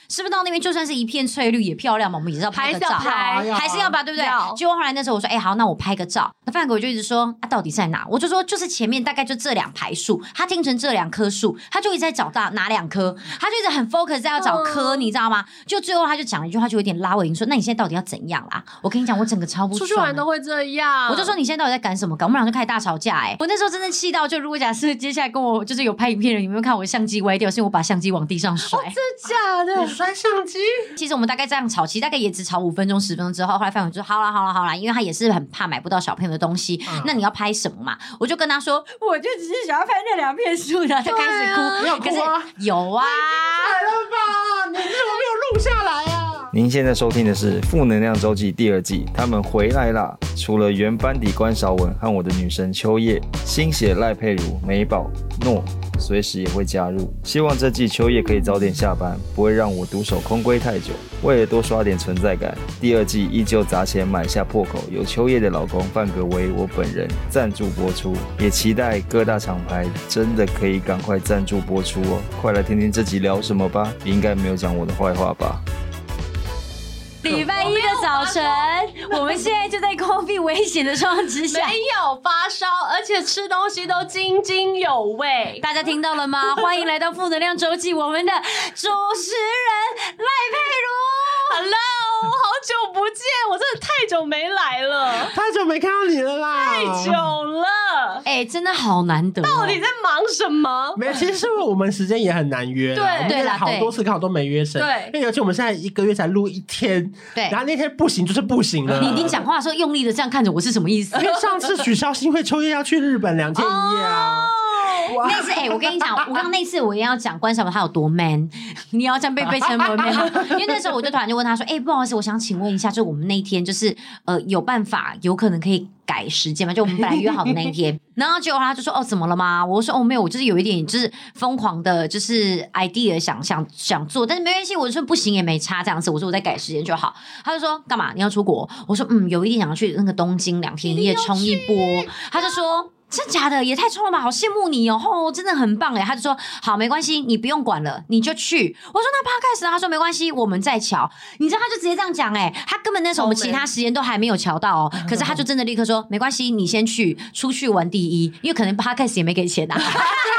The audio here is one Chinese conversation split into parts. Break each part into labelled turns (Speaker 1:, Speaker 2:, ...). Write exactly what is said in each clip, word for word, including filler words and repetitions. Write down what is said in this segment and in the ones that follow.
Speaker 1: 是不是到那边就算是一片翠绿也漂亮嘛？我们也是要拍个照，
Speaker 2: 还是要拍，
Speaker 1: 还是要吧，对不对？结果后来那时候我说，哎、欸，好，那我拍个照。那范狗就一直说，啊，到底在哪？我就说，就是前面大概就这两排树，他听成这两棵树，他就一直在找到哪两棵，他就一直很 focus 在要找棵、嗯，你知道吗？就最后他就讲了一句话，就有点拉我赢，说，那你现在到底要怎样啦？我跟你讲，我整个超不爽。
Speaker 2: 出去玩都会这样，
Speaker 1: 我就说你现在到底在赶什么赶？我们俩就开始大吵架、欸，哎，我那时候真的气到，就如果假设接下来跟我就是有拍影片的人，你们看我相机歪掉，是因为我把相机往地上摔。
Speaker 2: 哦，真的假的？
Speaker 3: 你摔相机？
Speaker 1: 其实我们大概这样吵，其实大概也只吵五分钟、十分钟之后，后来范伟就说好啦好啦好啦，因为他也是很怕买不到小朋友的东西、嗯，那你要拍什么嘛？我就跟他说，我就只是想要拍那两片树，然后他开始哭。
Speaker 3: 啊、你有哭啊？
Speaker 1: 有啊！
Speaker 3: 太了吧！你怎么没有录下来啊？
Speaker 4: 您现在收听的是《负能量周记》第二季，他们回来啦！除了原班底关韶文和我的女神秋叶，新血赖佩如、美宝、诺随时也会加入。希望这季秋叶可以早点下班，不会让我独守空闺太久。为了多刷点存在感，第二季依旧砸钱买下破口，由秋叶的老公范格为我本人赞助播出，也期待各大厂牌真的可以赶快赞助播出哦！快来听听这集聊什么吧，应该没有讲我的坏话吧？
Speaker 1: 礼拜一的早晨，我们现在就在 COVID 危险的状况之下，
Speaker 2: 没有发烧，而且吃东西都津津有味。
Speaker 1: 大家听到了吗？欢迎来到负能量周记，我们的主持人赖佩如。
Speaker 2: Hello， 好久不见，我真的太久没来了，
Speaker 3: 太久没看到你了啦，
Speaker 2: 太久了。
Speaker 1: 哎、欸，真的好难得、哦。
Speaker 2: 到底在忙什么？
Speaker 3: 没有，其实是我们时间也很难约。
Speaker 2: 对，
Speaker 3: 我们约了好多次，刚好都没约成。
Speaker 2: 对，
Speaker 3: 因为尤其我们现在一个月才录一天。
Speaker 1: 对，
Speaker 3: 然后那天不行就是不行了。
Speaker 1: 你你讲话的时候用力的这样看着我是什么意思？
Speaker 3: 因为上次取消是因为秋叶要去日本两天一夜啊。
Speaker 1: 哦、那次哎、欸，我跟你讲，我刚刚那次我也要讲关韶文他有多 man， 你要这样被被称为 man 吗？因为那时候我就突然就问他说，哎、欸，不好意思，我想请问一下，就我们那一天就是呃有办法有可能可以改时间嘛？就我们本来约好的那一天，然后结果他就说哦怎么了吗？我说哦没有，我就是有一点就是疯狂的，就是 idea 想想想做，但是没关系，我说不行也没差这样子，我说我再改时间就好。他就说干嘛？你要出国？我说嗯，有一点想要去那个东京两天一夜冲一波。他就说。真假的也太冲了吧，好羡慕你哦，哦真的很棒耶。他就说好没关系，你不用管了，你就去。我说那 podcast 他说没关系，我们再瞧。你知道他就直接这样讲哎，他根本那时候我们其他时间都还没有瞧到哦，可是他就真的立刻说没关系，你先去，出去玩第一，因为可能 podcast 也没给钱啊。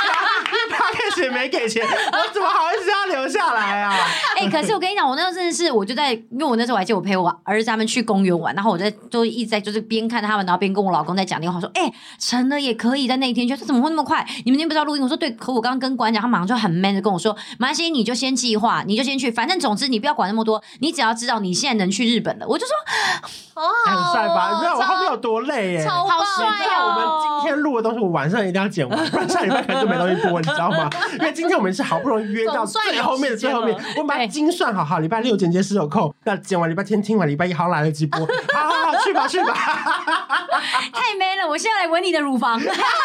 Speaker 3: podcast 也没给钱，我怎么好意思要留下来啊？
Speaker 1: 哎、欸，可是我跟你讲，我那时候真的是，我就在，因为我那时候我还记得我陪我儿子他们去公园玩，然后我在就一直在就是边看他们，然后边跟我老公在讲电话，说，哎、欸，成了也可以在那一天，就说怎么会那么快？你们今天不是要录音？我说对，可我刚刚跟关讲，他马上就很 man 的跟我说，马来西亚你就先计划，你就先去，反正总之你不要管那么多，你只要知道你现在能去日本了。我就说，
Speaker 2: 哦，
Speaker 3: 很帅吧？你知道我后面有多累耶？
Speaker 2: 超
Speaker 1: 好帅哦！
Speaker 3: 我们今天录的东西，我晚上一定要剪完，不然下礼拜可能就没东西播，你知道吗？因为今天我们是好不容易约到最后面的最后面，我们把它精算好，好，礼拜六剪接师有空，那剪完礼拜天听完，礼拜一好来得及播，好好好，去吧去吧。
Speaker 1: 太 man 了，我现在来闻你的乳房。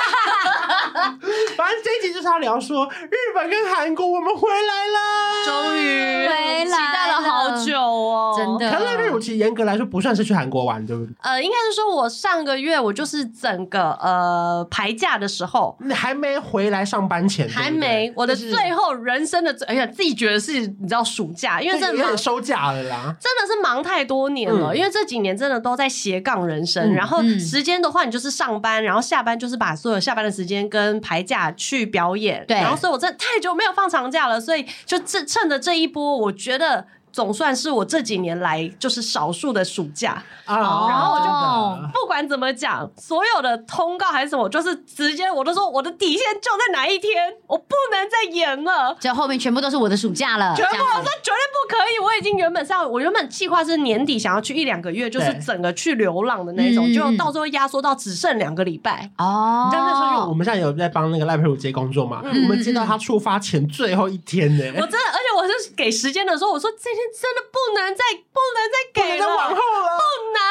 Speaker 3: 反正这一集就是要聊说日本跟韩国，我们回来了，
Speaker 2: 终于
Speaker 1: 回来了，
Speaker 2: 期待了好久哦，
Speaker 1: 真的。
Speaker 3: 可是赖佩如其实严格来说不算是去韩国玩，对不对？
Speaker 2: 呃，应该是说我上个月我就是整个呃排假的时候，
Speaker 3: 你还没回来上班前，
Speaker 2: 还没，我的最后人生的最，哎呀，自己觉得是你知道暑假，因为真的
Speaker 3: 有点收假了啦，
Speaker 2: 真的是忙太多年了，嗯、因为这几年真的都在斜杠人生，嗯、然后时间的话，你就是上班，然后下班就是把所有下班的时间跟排假去表演，
Speaker 1: 对，
Speaker 2: 然后所以我真的太久没有放长假了，所以就这趁着这一波，我觉得。总算是我这几年来就是少数的暑假啊，然后我就不管怎么讲，所有的通告还是什么，我就是直接我都说我的底线就在哪一天，我不能再演了，
Speaker 1: 就后面全部都是我的暑假了，
Speaker 2: 全部我说绝对不可以，我已经原本是要我原本计划是年底想要去一两个月，就是整个去流浪的那种，就到时候压缩到只剩两个礼拜
Speaker 1: 哦。
Speaker 3: 你知道那时候我们现在有在帮那个赖佩如接工作嘛，嗯、我们接到他出发前最后一天呢、欸，
Speaker 2: 我真的，而且我是给时间的时候，我说这天真的不能再不能再给了，
Speaker 3: 不能再往后了，
Speaker 2: 不能。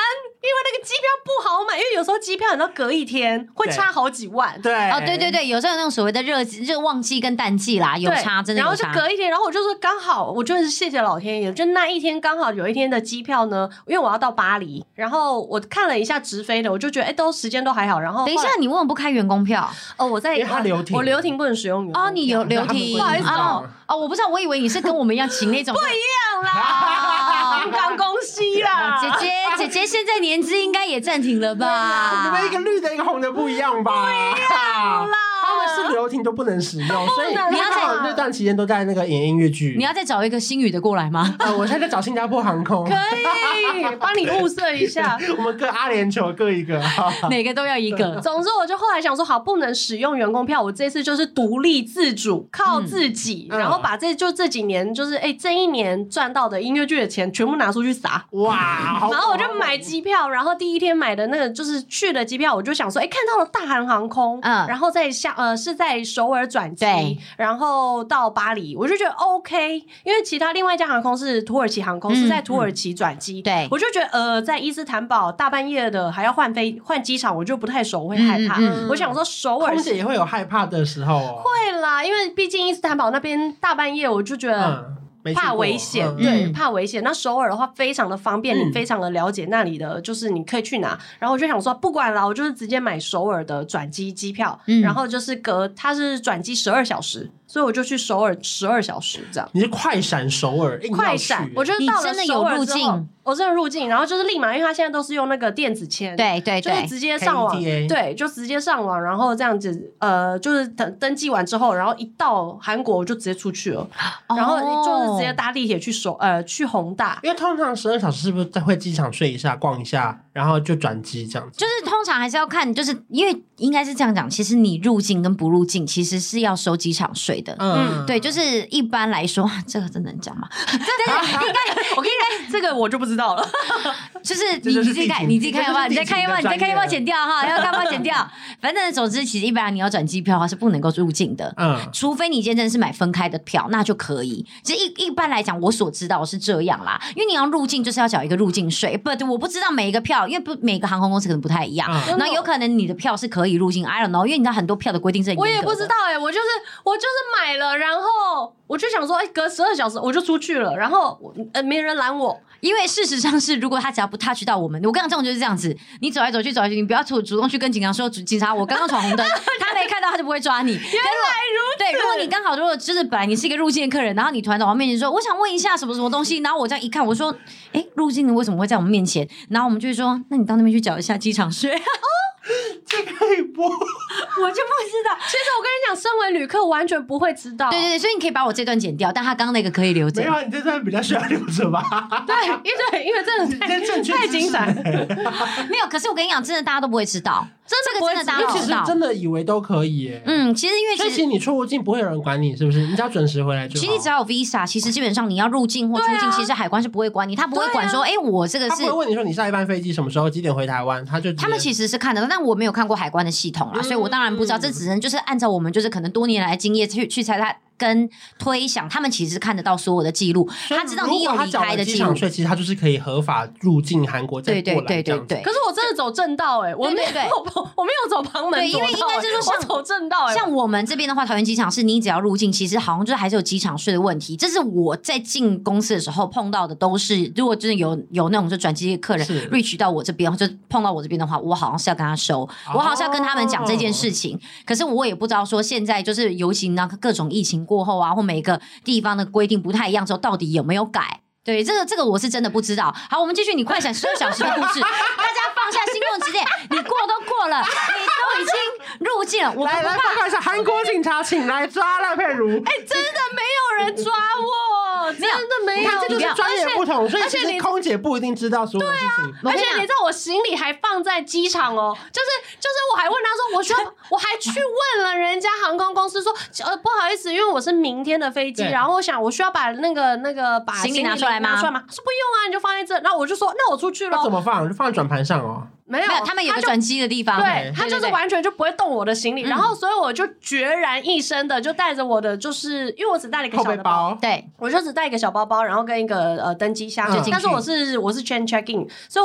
Speaker 2: 因为那个机票不好买，因为有时候机票你知道隔一天会差好几万。
Speaker 3: 对
Speaker 1: 哦，对对对，有时候有那种所谓的热热旺季跟淡季啦，有差，真的有差。
Speaker 2: 然后就隔一天，然后我就说刚好，我就是谢谢老天爷，就那一天刚好有一天的机票呢，因为我要到巴黎，然后我看了一下直飞的，我就觉得哎，都时间都还好。然后
Speaker 1: 等一下，你为什么不开员工票？
Speaker 2: 哦，我在
Speaker 3: 他留停，
Speaker 2: 我留停不能使用员工票。
Speaker 1: 哦，你有留停，
Speaker 2: 不好意思哦。
Speaker 1: 哦，我不知道，我以为你是跟我们一样请那种
Speaker 2: 不一样啦，刚恭喜啦，
Speaker 1: 姐姐姐姐现在年资应该也暂停了吧？
Speaker 3: 你们一个绿的，一个红的不一样吧？
Speaker 2: 不一样啦，
Speaker 3: 他们是留停都不能使用，所以
Speaker 2: 你
Speaker 3: 要在那段期间都在那个演音乐剧。
Speaker 1: 你要再找一个星宇的过来吗？
Speaker 3: 呃，我现在在找新加坡航空，
Speaker 2: 可以帮你物色一下。
Speaker 3: 我们各阿联酋各一个，
Speaker 1: 哪个都要一个。
Speaker 2: 总之，我就后来想说，好，不能使用员工票，我这次就是独立自主，靠自己，
Speaker 3: 嗯、
Speaker 2: 然后把这就这几年就是哎、欸、这一年赚到的音乐剧的钱全部拿出去撒。
Speaker 3: 哇！
Speaker 2: 然后我就买机票，然后第一天买的那个就是去的机票，我就想说，哎、欸，看到了大韩航空，嗯，然后在下呃是在首尔转机，然后到巴黎，我就觉得 OK， 因为其他另外一家航空是土耳其航空，嗯、是在土耳其转机，
Speaker 1: 嗯、对，
Speaker 2: 我就觉得呃在伊斯坦堡大半夜的还要换飞换机场，我就不太熟，我会害怕。嗯嗯、我想说首尔
Speaker 3: 空姐也会有害怕的时候、哦，
Speaker 2: 会啦，因为毕竟伊斯坦堡那边大半夜，我就觉得。嗯怕危险，嗯、对，怕危险。那首尔的话非常的方便，嗯、你非常的了解那里的，就是你可以去哪。然后我就想说，不管了，我就是直接买首尔的转机机票，嗯、然后就是隔它是转机十二小时。所以我就去首尔十二小时这样。
Speaker 3: 你是快闪首尔，
Speaker 2: 快闪，我就是到了首尔之后，我真的入境，然后就是立马，因为他现在都是用那个电子签，
Speaker 1: 对对对，
Speaker 2: 就是直接上网，对，就直接上网，然后这样子，呃，就是登登记完之后，然后一到韩国我就直接出去了，哦、然后就是直接搭地铁去首呃去弘大，
Speaker 3: 因为通常十二小时是不是会机场睡一下、逛一下，然后就转机这样子？
Speaker 1: 就是通常还是要看，就是因为应该是这样讲，其实你入境跟不入境其实是要收机场税的，嗯，对，就是一般来说，这个真能讲吗？真的应该，
Speaker 2: 我跟你讲，这个我就不知道了。
Speaker 1: 就是你你自己看，你自己看要不要？你再看要不要？你再看要不要剪掉哈？要看要不要剪掉？反正总之，其实一般你要转机票的话是不能够入境的，嗯，除非你今天真的是买分开的票，那就可以。其实一一般来讲，我所知道是这样啦，因为你要入境就是要缴一个入境税，不，我不知道每一个票，因为不每个航空公司可能不太一样，嗯、那有可能你的票是可以入境 ，I don't know， 因为你知道很多票的规定是很严格的。
Speaker 2: 我也不知道哎、欸，我就是我就是买了，然后我就想说，哎、欸，隔十二小时我就出去了，然后呃没人拦我。
Speaker 1: 因为事实上是，如果他只要不 touch 到我们，我跟你讲，这种就是这样子。你走来走去，走来走去，你不要主主动去跟警察说，警察我刚刚闯红灯，他没看到他就不会抓你。原来
Speaker 2: 如此。
Speaker 1: 对，如果你刚好如果就是本来你是一个入境的客人，然后你突然在我面前说，我想问一下什么什么东西，然后我这样一看，我说，哎，入境的为什么会在我们面前？然后我们就会说，那你到那边去缴一下机场税。
Speaker 3: 这可以播，我就
Speaker 1: 不知道。
Speaker 2: 其实我跟你讲，身为旅客完全不会知道。
Speaker 1: 对对对，所以你可以把我这段剪掉，但他刚刚那个可以留着。
Speaker 3: 没有，你这段比较需要留着吧？
Speaker 2: 对，因为因为真的太太精彩。
Speaker 1: 没有，可是我跟你讲，真的大家都不会知道。
Speaker 2: 真的
Speaker 1: 这个真的大家都知道，
Speaker 3: 其实真的以为都可以耶。
Speaker 1: 嗯，其实因为
Speaker 3: 其实你出入境不会有人管你，是不是？你只要准时回来就好。
Speaker 1: 其实只要有 visa， 其实基本上你要入境或出境，其实海关是不会管你，他不会管说，哎、啊欸，我这个是。
Speaker 3: 他不会问你说你下一班飞机什么时候几点回台湾，他就
Speaker 1: 他们其实是看得到，但我没有看过海关的系统啦，嗯、所以我当然不知道。这只能就是按照我们就是可能多年来的经验去去猜他。跟推想，他们其实看得到所有的记录，他知道你有离开的记录，
Speaker 3: 所以其实他就是可以合法入境韩国再过来。
Speaker 1: 对对对对对。
Speaker 2: 可是我真的走正道哎、欸，我没有我没有走旁门左道、欸，
Speaker 1: 对，因为应该就是说像
Speaker 2: 走正道哎、欸。
Speaker 1: 像我们这边的话，桃园机场是你只要入境，其实好像就是还是有机场税的问题。这是我在进公司的时候碰到的，都是如果真的有有那种就转机的客人 reach 到我这边，就碰到我这边的话，我好像是要跟他收，我好像是要跟他们讲这件事情。哦、可是我也不知道说现在就是尤其那各种疫情过后啊，或每个地方的规定不太一样之后，到底有没有改？对，这个这个我是真的不知道。好，我们继续你快闪十二小时的故事，大家放下心动之恋，你过都过了，你都已经入境了。我
Speaker 3: 来来报告一下，韩国警察请来抓赖佩如。
Speaker 2: 哎、欸，真的没有人抓我，真的没有。
Speaker 3: 这就是专业不同，所以其实空姐不一定知道所有的事情。
Speaker 2: 而且你知道我行李还放在机场哦，就是就是我还问他说，我说我还去问了人家航空公司说，呃不好意思，因为我是明天的飞机，然后我想我需要把那个那个把
Speaker 1: 行李拿出来吗？
Speaker 2: 拿出来吗？他说不用啊，你就放在这。然后我就说，那我出去了。
Speaker 3: 那怎么放？就放在转盘上哦。
Speaker 2: 没有，
Speaker 1: 没有，他们有个转机的地方，
Speaker 2: 对，他就是完全就不会动我的行李，然后所以我就决然一身的就带着我的，就是因为我只带了一个小的包，
Speaker 1: 对，
Speaker 2: 我就只带一个小包包，然后跟一个呃登机箱，但是我是我是全 check in，所以我就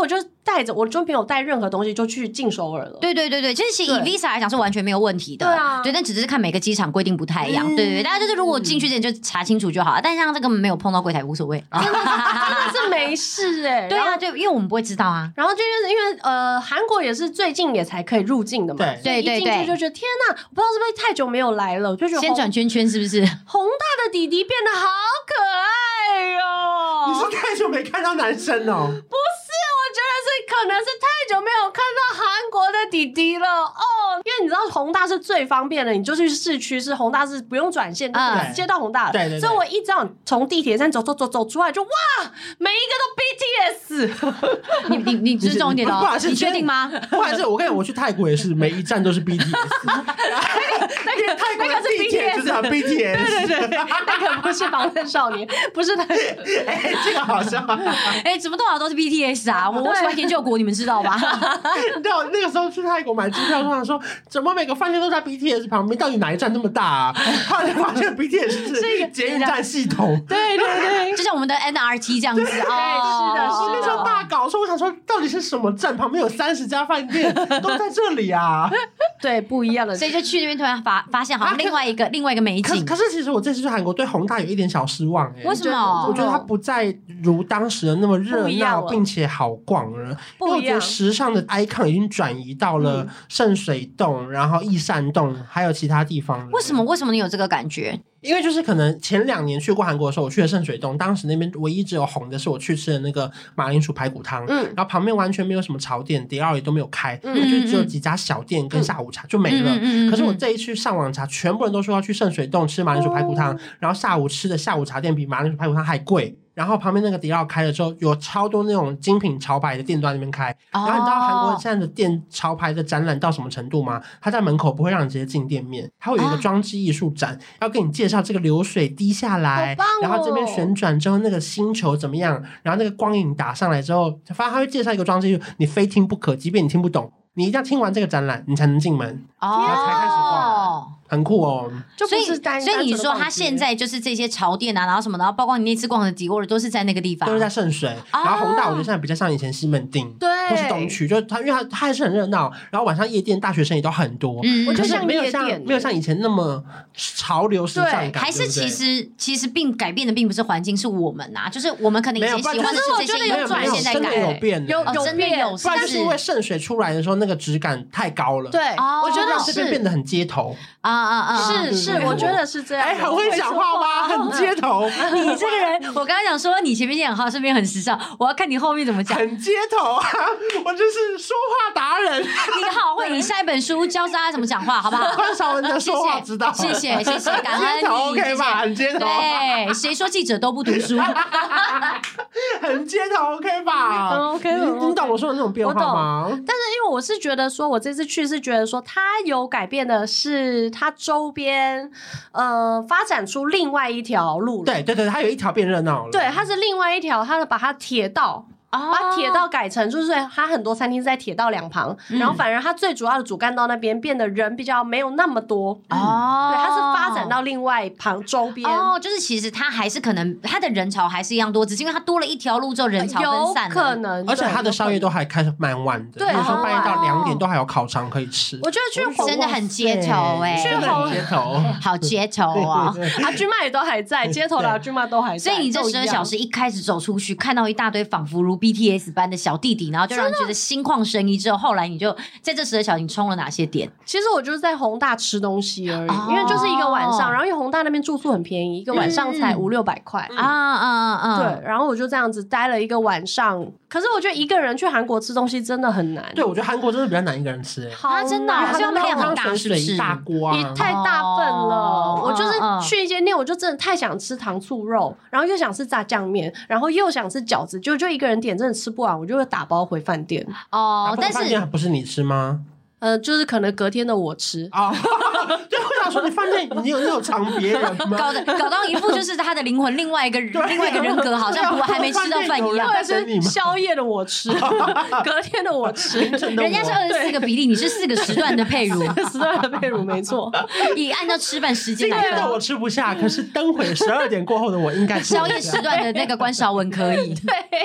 Speaker 2: 带着我就没有带任何东西就去进首尔了。
Speaker 1: 对对对对，其实其实以 Visa 来讲是完全没有问题的。
Speaker 2: 对啊，
Speaker 1: 对，但只是看每个机场规定不太一样。嗯、对对对，大家就是如果进去之前就查清楚就好了。但像这个没有碰到柜台无所谓，
Speaker 2: 真的真的是没事哎、欸。
Speaker 1: 对啊，就因为我们不会知道啊。
Speaker 2: 然后就是因为呃，韩国也是最近也才可以入境的嘛，
Speaker 1: 对对对，
Speaker 2: 一进去就觉得天哪，我不知道是不是太久没有来了，就觉得
Speaker 1: 先转圈圈是不是？
Speaker 2: 宏大的弟弟变得好可爱哦！
Speaker 3: 你是太久没看到男生哦？
Speaker 2: 不是，我觉得是可能是太久没有看到韩国的弟弟了哦。因为你知道宏大是最方便的，你就去市区，是宏大是不用转线，嗯、直接到宏大。
Speaker 3: 对对对。
Speaker 2: 所以我一这样从地铁站走走走走出来，就哇，每一个都 B T S。
Speaker 1: 你你你尊重一点哦，你确定吗？
Speaker 3: 不好意思，我跟你讲，我去泰国也是，每一站都是 B T S。那个泰国的地铁就是 B T S。
Speaker 2: 对对对，那个不是防弹少年，不是他。
Speaker 3: 哎，这个好笑。
Speaker 1: 哎，怎么多少都是 B T S 啊？我我喜欢研究国，你们知道吧？
Speaker 3: 对，那个时候去泰国买机票，突然说怎么每个饭店都在 B T S 旁边，到底哪一站那么大啊？后来发现 B T S 是一个捷运站系统。
Speaker 2: 对对对，
Speaker 1: 就像我们的 N R T 这样子。
Speaker 2: 对，是的，是
Speaker 3: 那时候大搞，说我想说到底是什么站旁边有三十家饭店都在这里啊？
Speaker 2: 对，不一样的，
Speaker 1: 所以就去那边突然发发现好像另外一个、啊、另外一个美景。
Speaker 3: 可是其实我这次去韩国对宏大有一点小失望哎、欸。
Speaker 1: 为什么？
Speaker 3: 我觉得它不再如当时的那么热闹，并且好逛了。因为我觉得时尚的 icon 已经转移到了圣水洞，然后益善洞，还有其他地方了。
Speaker 1: 为什么？为什么你有这个感觉？
Speaker 3: 因为就是可能前两年去过韩国的时候，我去了圣水洞，当时那边唯一只有红的是我去吃的那个马铃薯排骨汤，嗯，然后旁边完全没有什么潮店，迪奥也都没有开，嗯，就只有几家小店跟下午茶、嗯、就没了、嗯嗯嗯。可是我这一去上网查，全部人都说要去圣水洞吃马铃薯排骨汤、哦，然后下午吃的下午茶店比马铃薯排骨汤还贵。然后旁边那个迪奥开了之后，有超多那种精品潮牌的店都在那边开。然后你知道韩国现在的店潮牌的展览到什么程度吗？他在门口不会让你直接进店面，他会有一个装置艺术展，要跟你介绍这个流水滴下来，
Speaker 2: 哦、
Speaker 3: 然后这边旋转之后那个星球怎么样，然后那个光影打上来之后，反正他会介绍一个装置艺术，你非听不可，即便你听不懂，你一定要听完这个展览，你才能进门，哦、然后才开始逛。很酷哦，
Speaker 2: 就不是单
Speaker 1: 所以所以你说他现在就是这些潮店啊，然后什么，然后包括你那次逛的迪奥都是在那个地方，
Speaker 3: 都是在圣水。然后宏大我觉得现在比较像以前西门町，
Speaker 2: 对，
Speaker 3: 或是东区，就它因为它它还是很热闹，然后晚上夜店大学生也都很多，
Speaker 2: 嗯，我
Speaker 3: 就
Speaker 2: 像
Speaker 3: 没有像没有像以前那么潮流时尚感，
Speaker 1: 还是其实其实并改变的并不是环境，是我们啊，就是我们可能以前喜欢的是这些，
Speaker 2: 有转
Speaker 1: 现在改
Speaker 3: 有变，
Speaker 2: 有有
Speaker 1: 真的有，
Speaker 3: 不然就是因为圣水出来的时候那个质感太高了，
Speaker 2: 对，
Speaker 3: 我觉得让这边变得很街头
Speaker 1: 啊啊啊，
Speaker 2: 是。是，我觉得是这样。
Speaker 3: 哎，很会讲话吗？很街头。
Speaker 1: 你这个人，我刚刚讲说你前面讲话，顺便很时尚，我要看你后面怎么讲。
Speaker 3: 很街头啊，我就是说话达人。
Speaker 1: 你好会，你下一本书教大家怎么讲话，好不好？
Speaker 3: 关韶文的说话之道。
Speaker 1: 谢谢谢谢，感恩你。
Speaker 3: OK 吧，很街头。
Speaker 1: 对，谁说记者都不读书？
Speaker 3: 很街头 OK 吧
Speaker 2: ？OK，
Speaker 3: 你你懂我说的那种变化吗？
Speaker 2: 但是因为我是觉得说，我这次去是觉得说，它有改变的是它周边。呃，发展出另外一条路了。
Speaker 3: 对对对，它有一条变热闹了。
Speaker 2: 对，它是另外一条，它把它铁道。Oh. 把铁道改成就是它很多餐厅是在铁道两旁、嗯、然后反而它最主要的主干道那边变得人比较没有那么多哦、oh. 对，它是发展到另外旁周边
Speaker 1: 哦， oh, 就是其实它还是可能它的人潮还是一样多，只是因为它多了一条路之后人潮分散了，
Speaker 2: 有可能，
Speaker 3: 而且它的宵夜都还开始蛮晚的，
Speaker 2: 对，
Speaker 3: 比如说半夜到两点都还有烤肠可以吃。
Speaker 2: 我觉得去
Speaker 1: 真的很街头哎、欸，
Speaker 2: 去
Speaker 3: 红街头
Speaker 1: 好街头哦，
Speaker 2: 阿君妈也都还在，街头的阿君妈都还在，
Speaker 1: 所以你这十二小时一开始走出去，看到一大堆仿佛如 B T S 般的小弟弟，然后就让人觉得心旷神怡。之后，后来你就在这十二小时你冲了哪些点？
Speaker 2: 其实我就是在宏大吃东西而已，哦、因为就是一个晚上，然后因为宏大那边住宿很便宜，一个晚上才五六百块
Speaker 1: 啊啊啊！
Speaker 2: 对，然后我就这样子待了一个晚上。可是我觉得一个人去韩国吃东西真的很难。
Speaker 3: 对，我觉得韩国真的比较难一个人吃、欸。
Speaker 1: 好、啊，真的、啊，
Speaker 3: 它
Speaker 1: 量很大，
Speaker 3: 是不是？一大锅啊，
Speaker 2: 太大份了。哦、我就是去一间店，我就真的太想吃糖醋肉，然后又想吃炸酱面，然后又想吃饺子，就就一个人点真的吃不完，我就会打包回饭店。
Speaker 1: 哦，但是
Speaker 3: 饭店不是你吃吗？
Speaker 2: 呃，就是可能隔天的我吃
Speaker 3: 啊，对，我想说你饭店你有你有藏别人吗？
Speaker 1: 搞得搞到一副就是他的灵魂另外一个另外一个人格，好像不还没吃到饭一样。
Speaker 2: 是宵夜的我吃，隔天的我吃，
Speaker 1: 人家是二十四个比例，你是四个时段的配乳，
Speaker 2: 时段的配乳没错。
Speaker 1: 以按照吃饭时间来
Speaker 3: 说，今天的我吃不下，可是灯会十二点过后的我应该吃
Speaker 1: 宵夜时段的那个关韶文可以。
Speaker 2: 对。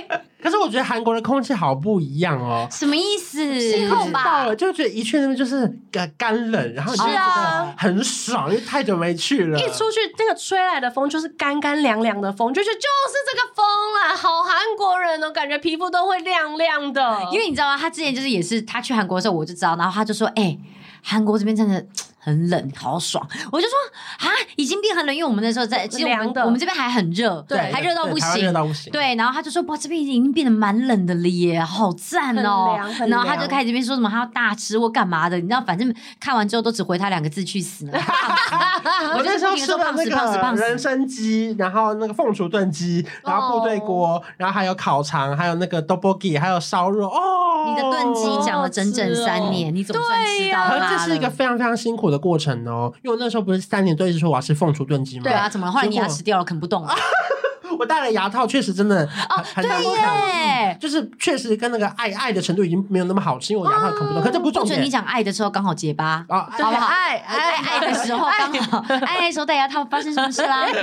Speaker 3: 可是我觉得韩国的空气好不一样哦。
Speaker 1: 什么意思？
Speaker 2: 气候吧，
Speaker 3: 到了就觉得一去那边就是干冷，然后你就觉得很爽，因为太久没去了。
Speaker 2: 一出去那个吹来的风就是干干凉凉的风，就觉得就是这个风啦，好韩国人哦，感觉皮肤都会亮亮的。
Speaker 1: 因为你知道吗？他之前就是也是他去韩国的时候我就知道，然后他就说：“哎、欸，韩国这边真的很冷，好爽。”我就说：“啊，已经变很冷，因为我们那时候在，其实我们我们这边还很热，
Speaker 3: 对，
Speaker 1: 还热到不行，
Speaker 3: 热到不行。
Speaker 1: 对，然后他就说：哇，这边已经变得蛮冷的了耶，好赞哦。然后他就开始这边说什么他要大吃或干嘛的，你知道，反正看完之后都只回他两个字：去死。
Speaker 3: 我那时候吃了那个人参鸡，然后那个凤雏炖鸡，然后部队锅，然后还有烤肠，还有那个 tteokbokki， 还有烧肉哦。
Speaker 1: 你的炖鸡讲了整整三年，你怎么算吃到它了？
Speaker 3: 这是一个非常非常辛苦的过程哦，因为我那时候不是三年都一直说我要吃凤雏炖鸡吗？
Speaker 1: 对啊，怎么后来你牙齿掉了，啃不动了？
Speaker 3: 我戴了牙套，确实真的
Speaker 1: 哦，
Speaker 3: 很难啃，就是确实跟那个爱爱的程度已经没有那么好吃，因为我牙套啃不动。可这不是重点。
Speaker 1: 不准你讲爱的时候刚好结巴
Speaker 3: 啊，
Speaker 1: 好不好？
Speaker 2: 爱
Speaker 1: 爱爱的时候刚好，爱爱的时候戴牙套发生什么事啦？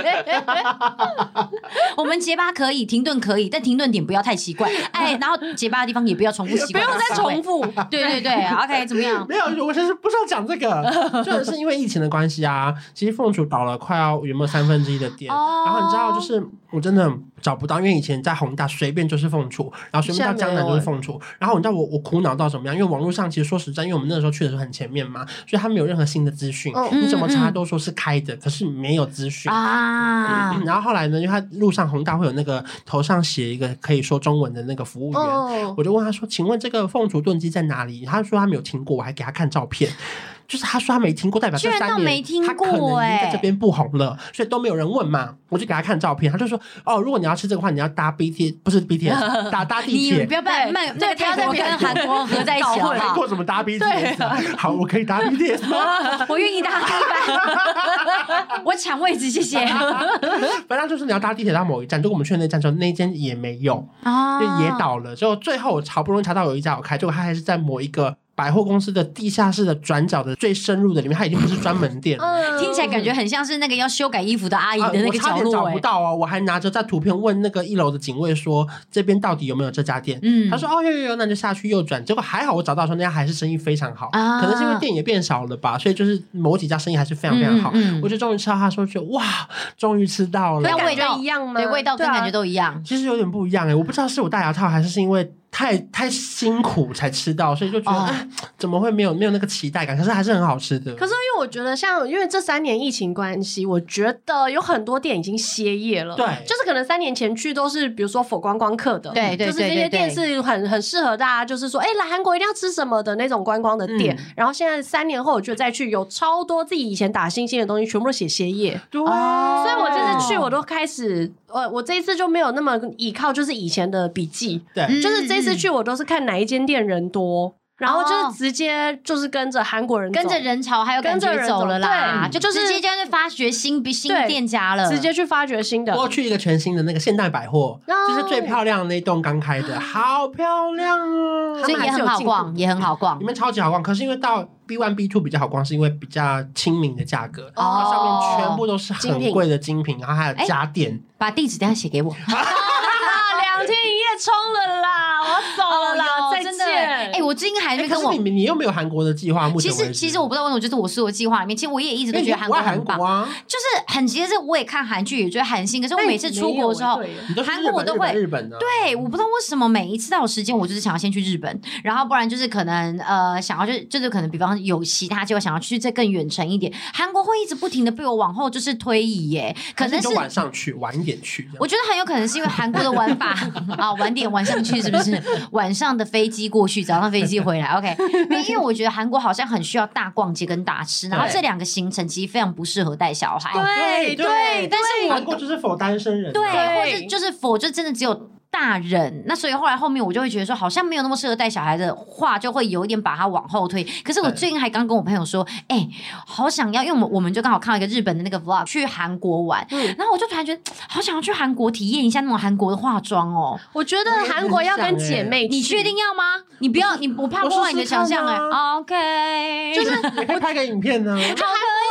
Speaker 1: 我们结巴可以，停顿可以，但停顿点不要太奇怪。哎，然后结巴的地方也不要重复习惯，
Speaker 2: 不用再重复。
Speaker 1: 对对对 ，OK， 怎么样？
Speaker 3: 没有，我其实不是要讲这个，就是因为疫情的关系啊，其实凤雏倒了快要有没有三分之一的店，
Speaker 1: 哦、
Speaker 3: 然后你知道就是。我真的找不到，因为以前在弘大随便就是凤雏，然后随便到江南就是凤雏。然后你知道我我苦恼到怎么样？因为网络上其实说实在，因为我们那时候去的时候很前面嘛，所以他没有任何新的资讯。嗯、你怎么查都说是开的，嗯、可是没有资讯啊、嗯。然后后来呢，因为他路上弘大会有那个头上写一个可以说中文的那个服务员，哦、我就问他说：“请问这个凤雏炖鸡在哪里？”他说他没有听过，我还给他看照片。就是他说他没听过，代表这三年他可能已经在这边不红了，所以都没有人问嘛。我就给他看照片，他就说：“哦，如果你要吃这个话，你要搭 B T， 不是 B T S， 搭搭地铁。”
Speaker 1: 你不要把那那个泰国跟韩国合在一起好不好？
Speaker 3: 泰国怎么搭 B T S？ 好，我可以搭 B T S 吗？
Speaker 1: 我愿意搭地板，我抢位置，谢谢。
Speaker 3: 反正就是你要搭地铁到某一站，结果我们去的那站之后，那间也没有，就也倒了。之后最后好不容易查到有一家有开，结果他还是在某一个。百货公司的地下室的转角的最深入的里面，它已经不是专门店了。
Speaker 1: 嗯、听起来感觉很像是那个要修改衣服的阿姨的那个角落、欸啊。我差点找
Speaker 3: 不到哦，我还拿着在图片问那个一楼的警卫说这边到底有没有这家店。嗯，他说哦有有有，那就下去右转。结果还好我找到的时候那家还是生意非常好，啊、可能是因为店也变少了吧，所以就是某几家生意还是非常非常好。嗯嗯、我就终于吃到他说就哇，终于吃到了。
Speaker 1: 那味道一样吗？对，味道跟感觉都一样。啊、
Speaker 3: 其实有点不一样哎、欸，我不知道是我戴牙套还是是因为。太太辛苦才吃到，所以就觉得、哦哎、怎么会没有没有那个期待感？可是还是很好吃的。
Speaker 2: 可是因为我觉得像，因为这三年疫情关系，我觉得有很多店已经歇业了。
Speaker 3: 对，
Speaker 2: 就是可能三年前去都是比如说否观光客的，
Speaker 1: 对对对，
Speaker 2: 就是这些店是很很适合大家，就是说，哎、欸，来韩国一定要吃什么的那种观光的店。嗯、然后现在三年后，我觉得再去有超多自己以前打星星的东西，全部都写歇业。
Speaker 3: 对，
Speaker 2: 所以我这次去，我都开始，呃，我这一次就没有那么依靠，就是以前的笔记。
Speaker 3: 对，
Speaker 2: 就是这次去我都是看哪一间店人多，然后就是直接就是跟着韩国人走，
Speaker 1: 跟着人潮还有感觉走了啦，
Speaker 2: 对，
Speaker 1: 就直接就是发掘新新店家了，
Speaker 2: 直接去发掘新的。
Speaker 3: 我去一个全新的那个现代百货，哦、就是最漂亮的那栋刚开的，好漂亮哦，
Speaker 1: 所以也很好逛，也很好逛，
Speaker 3: 里面超级好逛。可是因为到 B 一 B 二 比较好逛，是因为比较亲民的价格，然后上面全部都是很贵的精品，然后还有家电。
Speaker 1: 把地址等一下写给我。
Speaker 2: 两天一夜冲了啦，我要走了啦，哦、再见。
Speaker 1: 哎、欸，我最近还没跟我，
Speaker 3: 欸、你你又没有韩国的计划，目前为止。
Speaker 1: 其实其实我不知道为什么，就是我所有计划里面，其实我也一直都觉得韩国很棒，
Speaker 3: 啊、
Speaker 1: 就是很其实我也看韩剧，也觉得韩星。可是我每次出国的时候，韩国我都会
Speaker 3: 日本的、啊。
Speaker 1: 对，我不知道为什么每一次到有时间，我就是想要先去日本，然后不然就是可能呃想要就就是可能比方有其他计划想要去再更远程一点，韩国会一直不停的被我往后就是推移耶，可能是
Speaker 3: 就晚上去晚一点去。
Speaker 1: 我觉得很有可能是因为韩国的玩法啊，晚点晚上去是不是？晚上的飞机过去，早上飞机回来 ，OK。因为我觉得韩国好像很需要大逛街跟大吃，然后这两个行程其实非常不适合带小孩。
Speaker 2: 对对，
Speaker 1: 但是我
Speaker 3: 韩国就是否单身人，
Speaker 1: 对，或是就是否就真的只有大人，那所以后来后面我就会觉得说，好像没有那么适合带小孩的话，就会有一点把它往后推。可是我最近还刚跟我朋友说，哎、欸，好想要，因为我们我们就刚好看到一个日本的那个 vlog 去韩国玩、嗯，然后我就突然觉得好想要去韩国体验一下那种韩国的化妆哦。
Speaker 2: 我觉得韩国要跟姐妹去，
Speaker 1: 你确定要吗？你不要，你我怕破坏你的想象哎、欸。OK，
Speaker 3: 就是你可以拍个影片呢、啊，
Speaker 1: 好可以哦，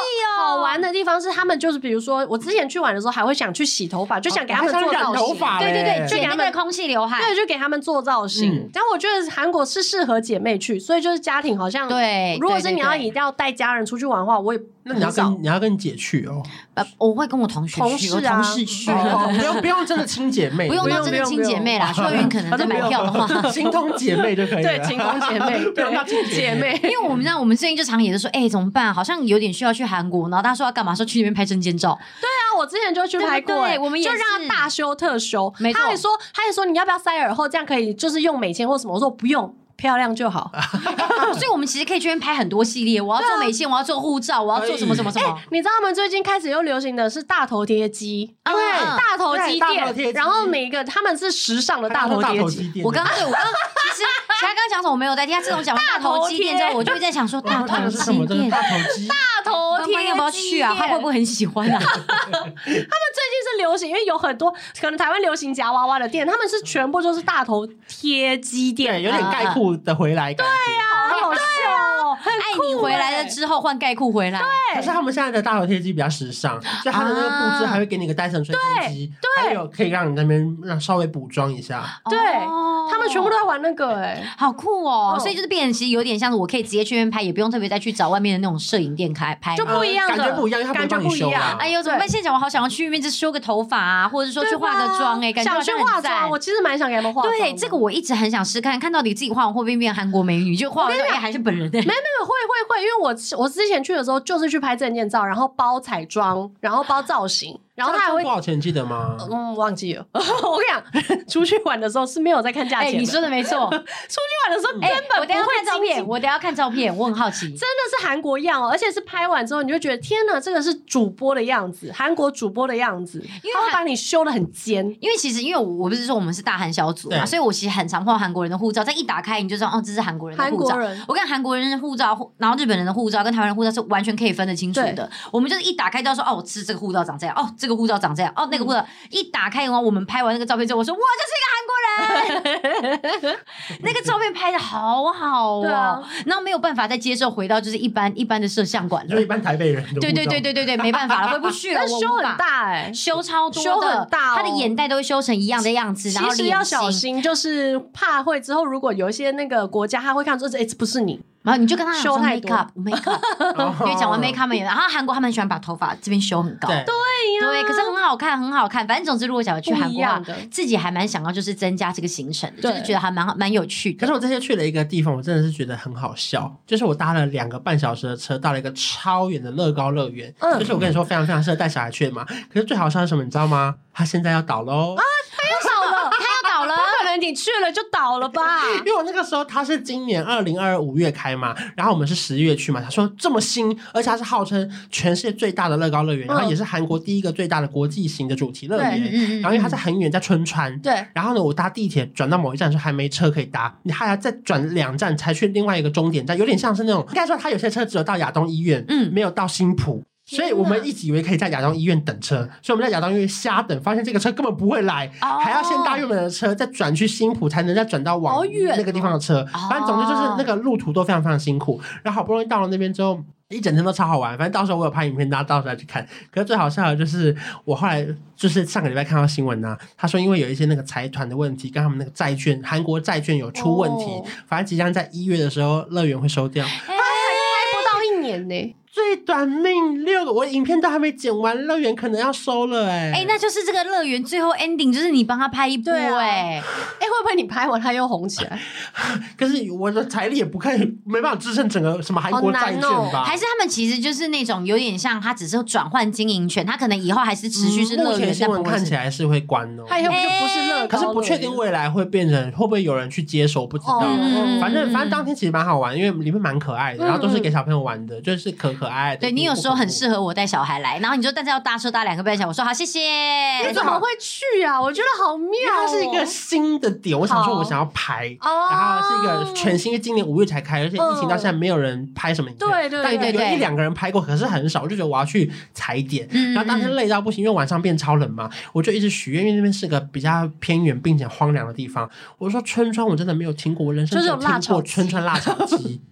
Speaker 2: 好玩的地方是他们就是比如说我之前去玩的时候还会想去洗头发，就想给他们做造型，
Speaker 1: 对对对，
Speaker 2: 就给他们
Speaker 1: 空气刘海，
Speaker 2: 对，就给他们做造型。嗯、但我觉得韩国是适合姐妹去，所以就是家庭好像
Speaker 1: 对，
Speaker 2: 如果是你要一定要带家人出去玩的话，我也
Speaker 3: 那你要跟你要跟你姐去哦。
Speaker 1: 呃，我会跟我同学去，
Speaker 2: 同事啊，
Speaker 1: 同事去，
Speaker 3: 哦、不用不用真的亲姐妹，
Speaker 1: 不用到真的亲姐妹啦。秋云可能在买票的话，
Speaker 3: 情同姐妹就可以了。
Speaker 2: 对，情同姐妹，
Speaker 3: 不用到亲姐妹。
Speaker 1: 因为我们那我们最近就常也是说，哎、欸，怎么办？好像有点需要去韩国，然后他说要干嘛？说去那边拍证件照。
Speaker 2: 对啊，我之前就去拍过、欸，
Speaker 1: 对，我们也
Speaker 2: 就让他大修特修。
Speaker 1: 没错，
Speaker 2: 他还说，他还说你要不要塞耳后，这样可以就是用美签或什么？我说不用。漂亮就好，
Speaker 1: 所以我们其实可以去那边拍很多系列。我要做美线，我要做护照，我要做什么什么什么。
Speaker 2: 欸、你知道他们最近开始又流行的是大头贴机，对，大头机店，然后每一个他们是时尚的大头贴机。
Speaker 1: 我刚刚对我刚其实他刚刚讲什么我没有在听，他自从讲完大头机店之后，我就会在想说大头机店，
Speaker 3: 大头机，
Speaker 2: 大头贴
Speaker 1: 要不要去啊？他会不会很喜欢啊？
Speaker 2: 他们最近是流行，因为有很多可能台湾流行夹娃娃的店，他们是全部都是大头贴机店，
Speaker 3: 有点概括的回来感。
Speaker 2: 对呀，好好笑哦！
Speaker 1: 爱你回来了之后换概括回来，
Speaker 2: 对。
Speaker 3: 可是他们现在的大头贴机比较时尚，就它的那个布置还会给你个戴森吹风机，还有可以让你那边让稍微补妆一下。
Speaker 2: 对，他们全部都在玩那个，哎，
Speaker 1: 好酷哦！所以就是变成其实有点像是我可以直接去那边拍，也不用特别再去找外面的那种摄影店开拍，
Speaker 2: 就不一样的
Speaker 3: 感觉不一样，
Speaker 2: 感觉不一样。
Speaker 1: 哎呦，怎么办？现在我好想要去那边就修个头发啊，或者是说去化个妆，哎，感觉
Speaker 2: 想去化妆。我其实蛮想给他们化妆。
Speaker 1: 对，这个我一直很想试看，看到底自己化完会不会变韩国美女？就化完哎还是本人的。
Speaker 2: 没有没有，会会会，因为我我之前去的时候就是去拍证件照，然后包彩妆，然后包造型。然后他还会
Speaker 3: 多少钱记得吗？
Speaker 2: 嗯，忘记了。我跟你讲，出去玩的时候是没有在看价钱的。
Speaker 1: 你说的没错，出
Speaker 2: 去玩的时候根本不会
Speaker 1: 看照片，我等一下看照片，我很好奇，真
Speaker 2: 的是韩国样哦，而且是拍完之后你就觉得天哪，这个是主播的样子，韩国主播的样子，因为他会把你修得很尖。
Speaker 1: 因为其实因为我不是说我们是大韩小组嘛，所以我其实很常碰到韩国人的护照，再一打开你就知道哦，这是韩国人的护照。我跟韩国人的护照，然后日本人的护照跟台湾人的护照是完全可以分得清楚的。我们就是一打开就说哦，是这个护照长这样，哦，这个护照长这样，哦。那个护照一打开，然后我们拍完那个照片之后，我说哇，这是一个韩国人，那个照片拍的好好哦，啊、然后没有办法再接受回到就是一般一般的摄像馆了，
Speaker 3: 就一般台北人。
Speaker 1: 对对对对对对，没办法了，回不去了。
Speaker 2: 修很大哎、欸，
Speaker 1: 修超多的，
Speaker 2: 修很大、哦，
Speaker 1: 他的眼袋都会修成一样的样子，然后
Speaker 2: 其实要小心，就是怕会之后如果有一些那个国家他会看出哎，这不是你。
Speaker 1: 然后你就跟他
Speaker 2: 修太
Speaker 1: make up make up， 因为讲完 make up 也，然后韩国他们很喜欢把头发这边修很高，
Speaker 2: 对呀，
Speaker 1: 对，可是很好看，很好看。反正总之，如果想要去韩国的话，自己还蛮想要就是增加这个行程的，就是觉得还蛮蛮有趣的。
Speaker 3: 可是我这些去了一个地方，我真的是觉得很好笑，就是我搭了两个半小时的车，到了一个超远的乐高乐园，嗯，就是我跟你说非常非常适合带小孩去的嘛。可是最好笑的是什么，你知道吗？他现在要倒喽
Speaker 2: 啊！他要倒了，他要倒了，不可能你去了就倒了吧？
Speaker 3: 因为我那个时候他是今年二零二二五月开嘛，然后我们是十月去嘛。他说这么新，而且他是号称全世界最大的乐高乐园，嗯、然后也是韩国第一个最大的国际型的主题乐园。然后因为它在很远，在春川。
Speaker 2: 对。
Speaker 3: 然后呢，我搭地铁转到某一站的时候还没车可以搭，你还要再转两站才去另外一个终点站，有点像是那种应该说他有些车只有到亚东医院，嗯，没有到新浦。所以我们一直以为可以在亚东医院等车，所以我们在亚东医院瞎等，发现这个车根本不会来，哦、还要先搭原本的车，再转去新浦，才能再转到往那个地方的车。哦、反正总之就是那个路途都非常非常辛苦。然后好不容易到了那边之后，一整天都超好玩。反正到时候我有拍影片，大家到时候再去看。可是最好笑的就是我后来就是上个礼拜看到新闻啊，他说因为有一些那个财团的问题，跟他们那个债券，韩国债券有出问题，哦、反正即将在一月的时候乐园会收掉。
Speaker 2: 哎，还开不到一年呢、欸。
Speaker 3: 最短命六个，我影片都还没剪完，乐园可能要收了哎、欸！
Speaker 1: 哎、欸，那就是这个乐园最后 ending 就是你帮他拍一波哎、欸，哎、
Speaker 2: 啊欸，会不会你拍完他又红起来？
Speaker 3: 可是我的财力也不可以，没办法支撑整个什么韩国债券吧、哦？
Speaker 1: 还是他们其实就是那种有点像，他只是转换经营权，他可能以后还是持续是乐园、嗯。目前
Speaker 3: 新闻看起来是会关哦，
Speaker 2: 他以后就不是乐园，
Speaker 3: 可是不确定未来会变成会不会有人去接手，不知道。哦、反正反正当天其实蛮好玩，因为里面蛮可爱的，然后都是给小朋友玩的，就是可可爱爱的。
Speaker 1: 对你有时候很适合我带小孩来，然后你就但是要搭车搭两个半小时，我说好谢谢。
Speaker 2: 你怎么会去啊？我觉得好妙、哦，
Speaker 3: 它是一个新的点，我想说我想要拍，然后是一个全新，今年五月才开，而且疫情到现在没有人拍什么影片，
Speaker 2: 对对对对，
Speaker 3: 有一两个人拍过，可是很少，我就觉得我要去踩点。嗯、然后当天累到不行，因为晚上变超冷嘛，我就一直许愿，因为那边是个比较偏远并且荒凉的地方。我说春川我真的没有听过，我人生只有听过春川辣炒鸡。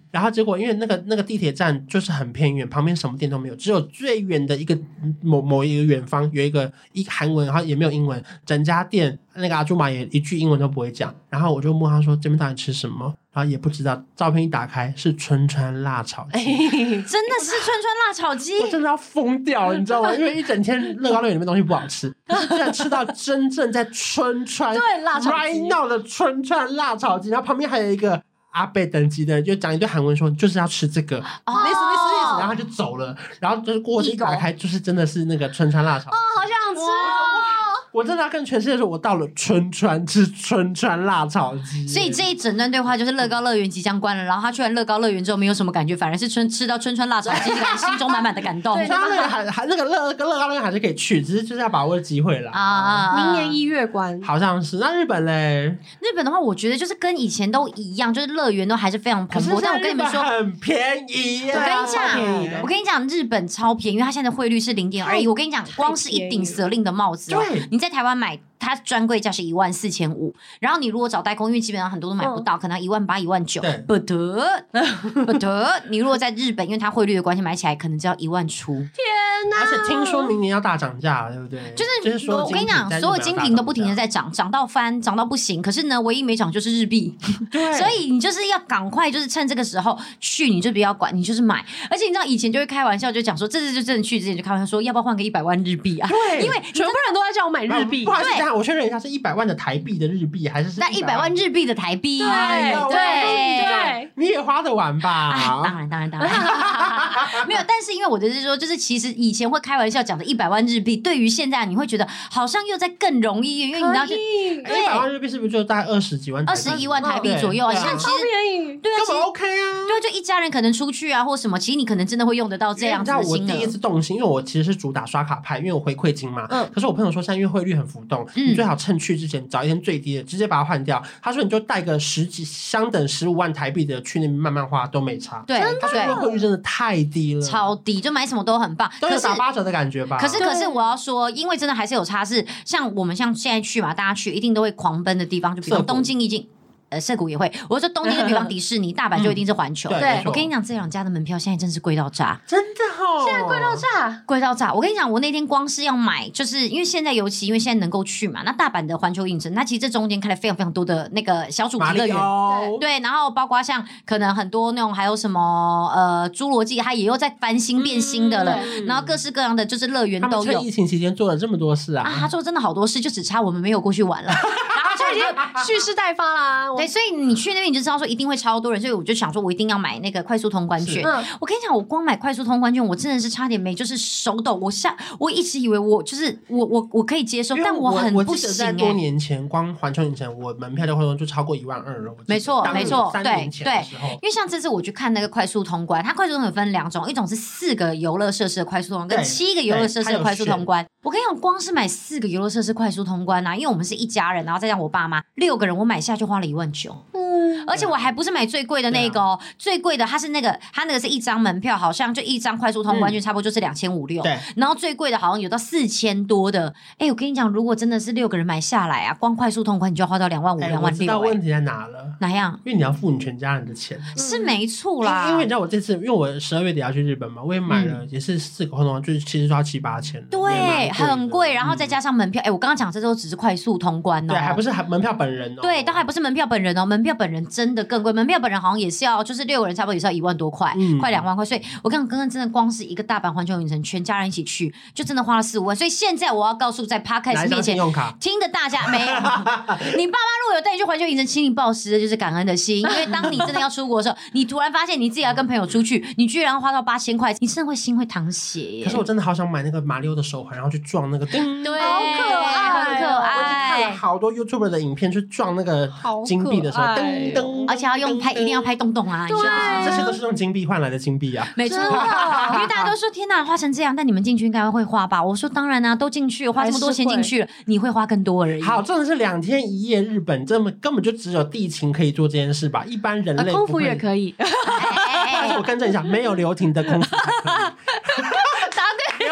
Speaker 3: 然后结果因为那个那个地铁站就是很偏远，旁边什么店都没有，只有最远的一个某某一个远方有一个一韩文，然后也没有英文，整家店那个阿朱玛也一句英文都不会讲。然后我就问他说这边到底吃什么，然后也不知道。照片一打开是春川辣炒鸡，
Speaker 1: 真的是春川辣炒鸡，
Speaker 3: 我真的要疯掉了，你知道吗？因为一整天乐高乐园里面东西不好吃，可是居然吃到真正在春川
Speaker 2: 对辣炒鸡
Speaker 3: right now 的春川辣炒鸡，然后旁边还有一个阿贝等级的，就讲一堆韩文说就是要吃这个，
Speaker 1: 哦
Speaker 3: 类似类似类似，然后他就走了，然后就是锅子一打开就是真的是那个春川辣炒鸡，
Speaker 2: 哦，好想吃哦！
Speaker 3: 我真的要跟全世界说，我到了春川吃春川辣炒鸡。
Speaker 1: 所以这一整段对话就是乐高乐园即将关了，然后他去完乐高乐园之后没有什么感觉，反而是春吃到春川辣炒鸡，感觉心中满满的感动。
Speaker 3: 对，那个还还那个乐乐高乐园还是可以去，只是就是要把握机会啦。
Speaker 1: 啊，
Speaker 2: 明年一月关，
Speaker 3: 好像是。那日本嘞？
Speaker 1: 日本的话，我觉得就是跟以前都一样，就是乐园都还是非常蓬勃。但我跟你们说，
Speaker 3: 很便宜耶！
Speaker 1: 我跟你
Speaker 2: 便宜的
Speaker 1: 讲，我跟你讲，日本超便宜，因为它现在的汇率是零点二一。我跟你讲，光是一顶蛇令的帽子，
Speaker 3: 对，
Speaker 1: 你在台湾买。它专柜价是一万四千五，然后你如果找代工，因为基本上很多都买不到，嗯、可能一万八、一万九。不得不得，你如果在日本，因为它汇率的关系，买起来可能只要一万出。
Speaker 2: 天哪！
Speaker 3: 而且听说明年要大涨价了，对不对？
Speaker 1: 就是
Speaker 3: 就是说，
Speaker 1: 我跟你讲，所有精品都不停的在涨，涨到翻，涨到不行。可是呢，唯一没涨就是日币。
Speaker 3: 对，
Speaker 1: 所以你就是要赶快，就是趁这个时候去，你就不要管，你就是买。而且你知道以前就会开玩笑，就讲说，这次就真的去之前就开玩笑说，要不要换个一百万日币啊？
Speaker 3: 对，
Speaker 1: 因为
Speaker 2: 全部人都在叫我买日币。
Speaker 3: 不好意思，这样我确认一下，是一百万的台币的日币，还是是
Speaker 1: 那一百万日币的台币？
Speaker 2: 对
Speaker 1: 对
Speaker 2: 对，
Speaker 3: 你也花得完吧？
Speaker 1: 当然当然当然，没有。但是因为我的是说，就是其实以前会开玩笑讲的一百万日币，对于现在你会觉得好像又在更容易，因为你知道就
Speaker 3: 一百万日币是不是就大概二十几万？
Speaker 1: 二十一万台币左右啊？现在其实
Speaker 2: 便宜，
Speaker 1: 对啊，
Speaker 3: 根本 OK 啊。
Speaker 1: 对啊，就一家人可能出去啊或什么，其实你可能真的会用得到这样子的金额。
Speaker 3: 我第一次动心，因为我其实是主打刷卡派，因为我回馈金嘛。嗯。可是我朋友说，现在因为汇率很浮动，你最好趁去之前找一天最低的，直接把它换掉。他说你就带个十几相等十五万台币的去那边慢慢花都没差。
Speaker 1: 对，
Speaker 3: 他说因为汇率真的太低了，
Speaker 1: 超低，就买什么都很棒，
Speaker 3: 都有打八折的感觉吧。
Speaker 1: 可是可是我要说，因为真的还是有差，是像我们像现在去嘛，大家去一定都会狂奔的地方，就比如东京已经。呃，涩谷也会。我说东京就比方迪士尼，大阪就一定是环球。
Speaker 3: 嗯、对，
Speaker 1: 我跟你讲，这两家的门票现在真是贵到炸，
Speaker 3: 真的哦，
Speaker 2: 现在贵到炸，
Speaker 1: 贵到炸。我跟你讲，我那天光是要买，就是因为现在尤其因为现在能够去嘛，那大阪的环球影城，它其实这中间开了非常非常多的那个小主题乐园，对对，然后包括像可能很多那种还有什么呃侏罗纪，它也又在翻新变新的了，嗯、然后各式各样的就是乐园都有。
Speaker 3: 他们疫情期间做了这么多事啊！
Speaker 1: 啊，他做真的好多事，就只差我们没有过去玩了。
Speaker 2: 就已经蓄势待发啦，
Speaker 1: 对，所以你去那边你就知道说一定会超多人，所以我就想说我一定要买那个快速通关券。嗯、我跟你讲，我光买快速通关券，我真的是差点没就是手抖。我下我一直以为我就是我我我可以接受，但
Speaker 3: 我
Speaker 1: 很不行、欸。
Speaker 3: 我记得在多年前，光环球影城我门票的活动就超过一万二了。
Speaker 1: 没错，没错，对对。
Speaker 3: 因
Speaker 1: 为像这次我去看那个快速通关，它快速通关有分两种，一种是四个游乐设施的快速通关，跟七个游乐设施的快速通关。我跟你讲，光是买四个游乐设施快速通关啊，因为我们是一家人，然后再加上我爸妈六个人，我买下就花了一万九。嗯，而且我还不是买最贵的那个哦，最贵的它是那个，它那个是一张门票，好像就一张快速通关券，差不多就是两千五六。对，然后最贵的好像有到四千多的。哎，我跟你讲，如果真的是六个人买下来啊，光快速通关你就要花到两万五、两万六。
Speaker 3: 我知道问题在哪了？
Speaker 1: 哪样？
Speaker 3: 因为你要付你全家人的钱，
Speaker 1: 是没错啦。
Speaker 3: 因为你知道我这次，因为我十二月底要去日本嘛，我也买了，也是四个活动，就是其实说要七八千。
Speaker 1: 对，很贵，然后再加上门票。哎，我刚刚讲这都只是快速通关哦，
Speaker 3: 对，还不是还门票本人哦。
Speaker 1: 对，但还不是门票本人哦，门票本人真的更贵，门票本人好像也是要，就是六个人差不多也是要一万多块，嗯、快两万块。所以我刚刚真的光是一个大阪环球影城，全家人一起去，就真的花了四五万。所以现在我要告诉在 Podcast 面前听的大家，没有你爸妈如果有带你去环球影城，请你抱持的就是感恩的心，因为当你真的要出国的时候，你突然发现你自己要跟朋友出去，你居然花到八千块，你真的会心会淌血耶。
Speaker 3: 可是我真的好想买那个马里奥的手环，然后去撞那个叮，
Speaker 1: 对，
Speaker 2: 好可爱，
Speaker 1: 很可爱。
Speaker 3: 我已经看了好多 YouTuber 的影片去撞那个金币的时候，噔噔，
Speaker 1: 而且要用拍，一定要拍洞洞啊！
Speaker 2: 对，
Speaker 3: 这些都是用金币换来的金币啊，
Speaker 1: 没错。因为大家都说天哪，花成这样，但你们进去应该会花吧？我说当然啊，都进去了，花这么多钱进去了，你会花更多而已。
Speaker 3: 好，真的是两天一夜日本，这么根本就只有地勤可以做这件事吧？一般人类
Speaker 2: 空服也可以。
Speaker 3: 但是我更正一下，没有留停的空服才可以。
Speaker 2: 答对，
Speaker 3: 留停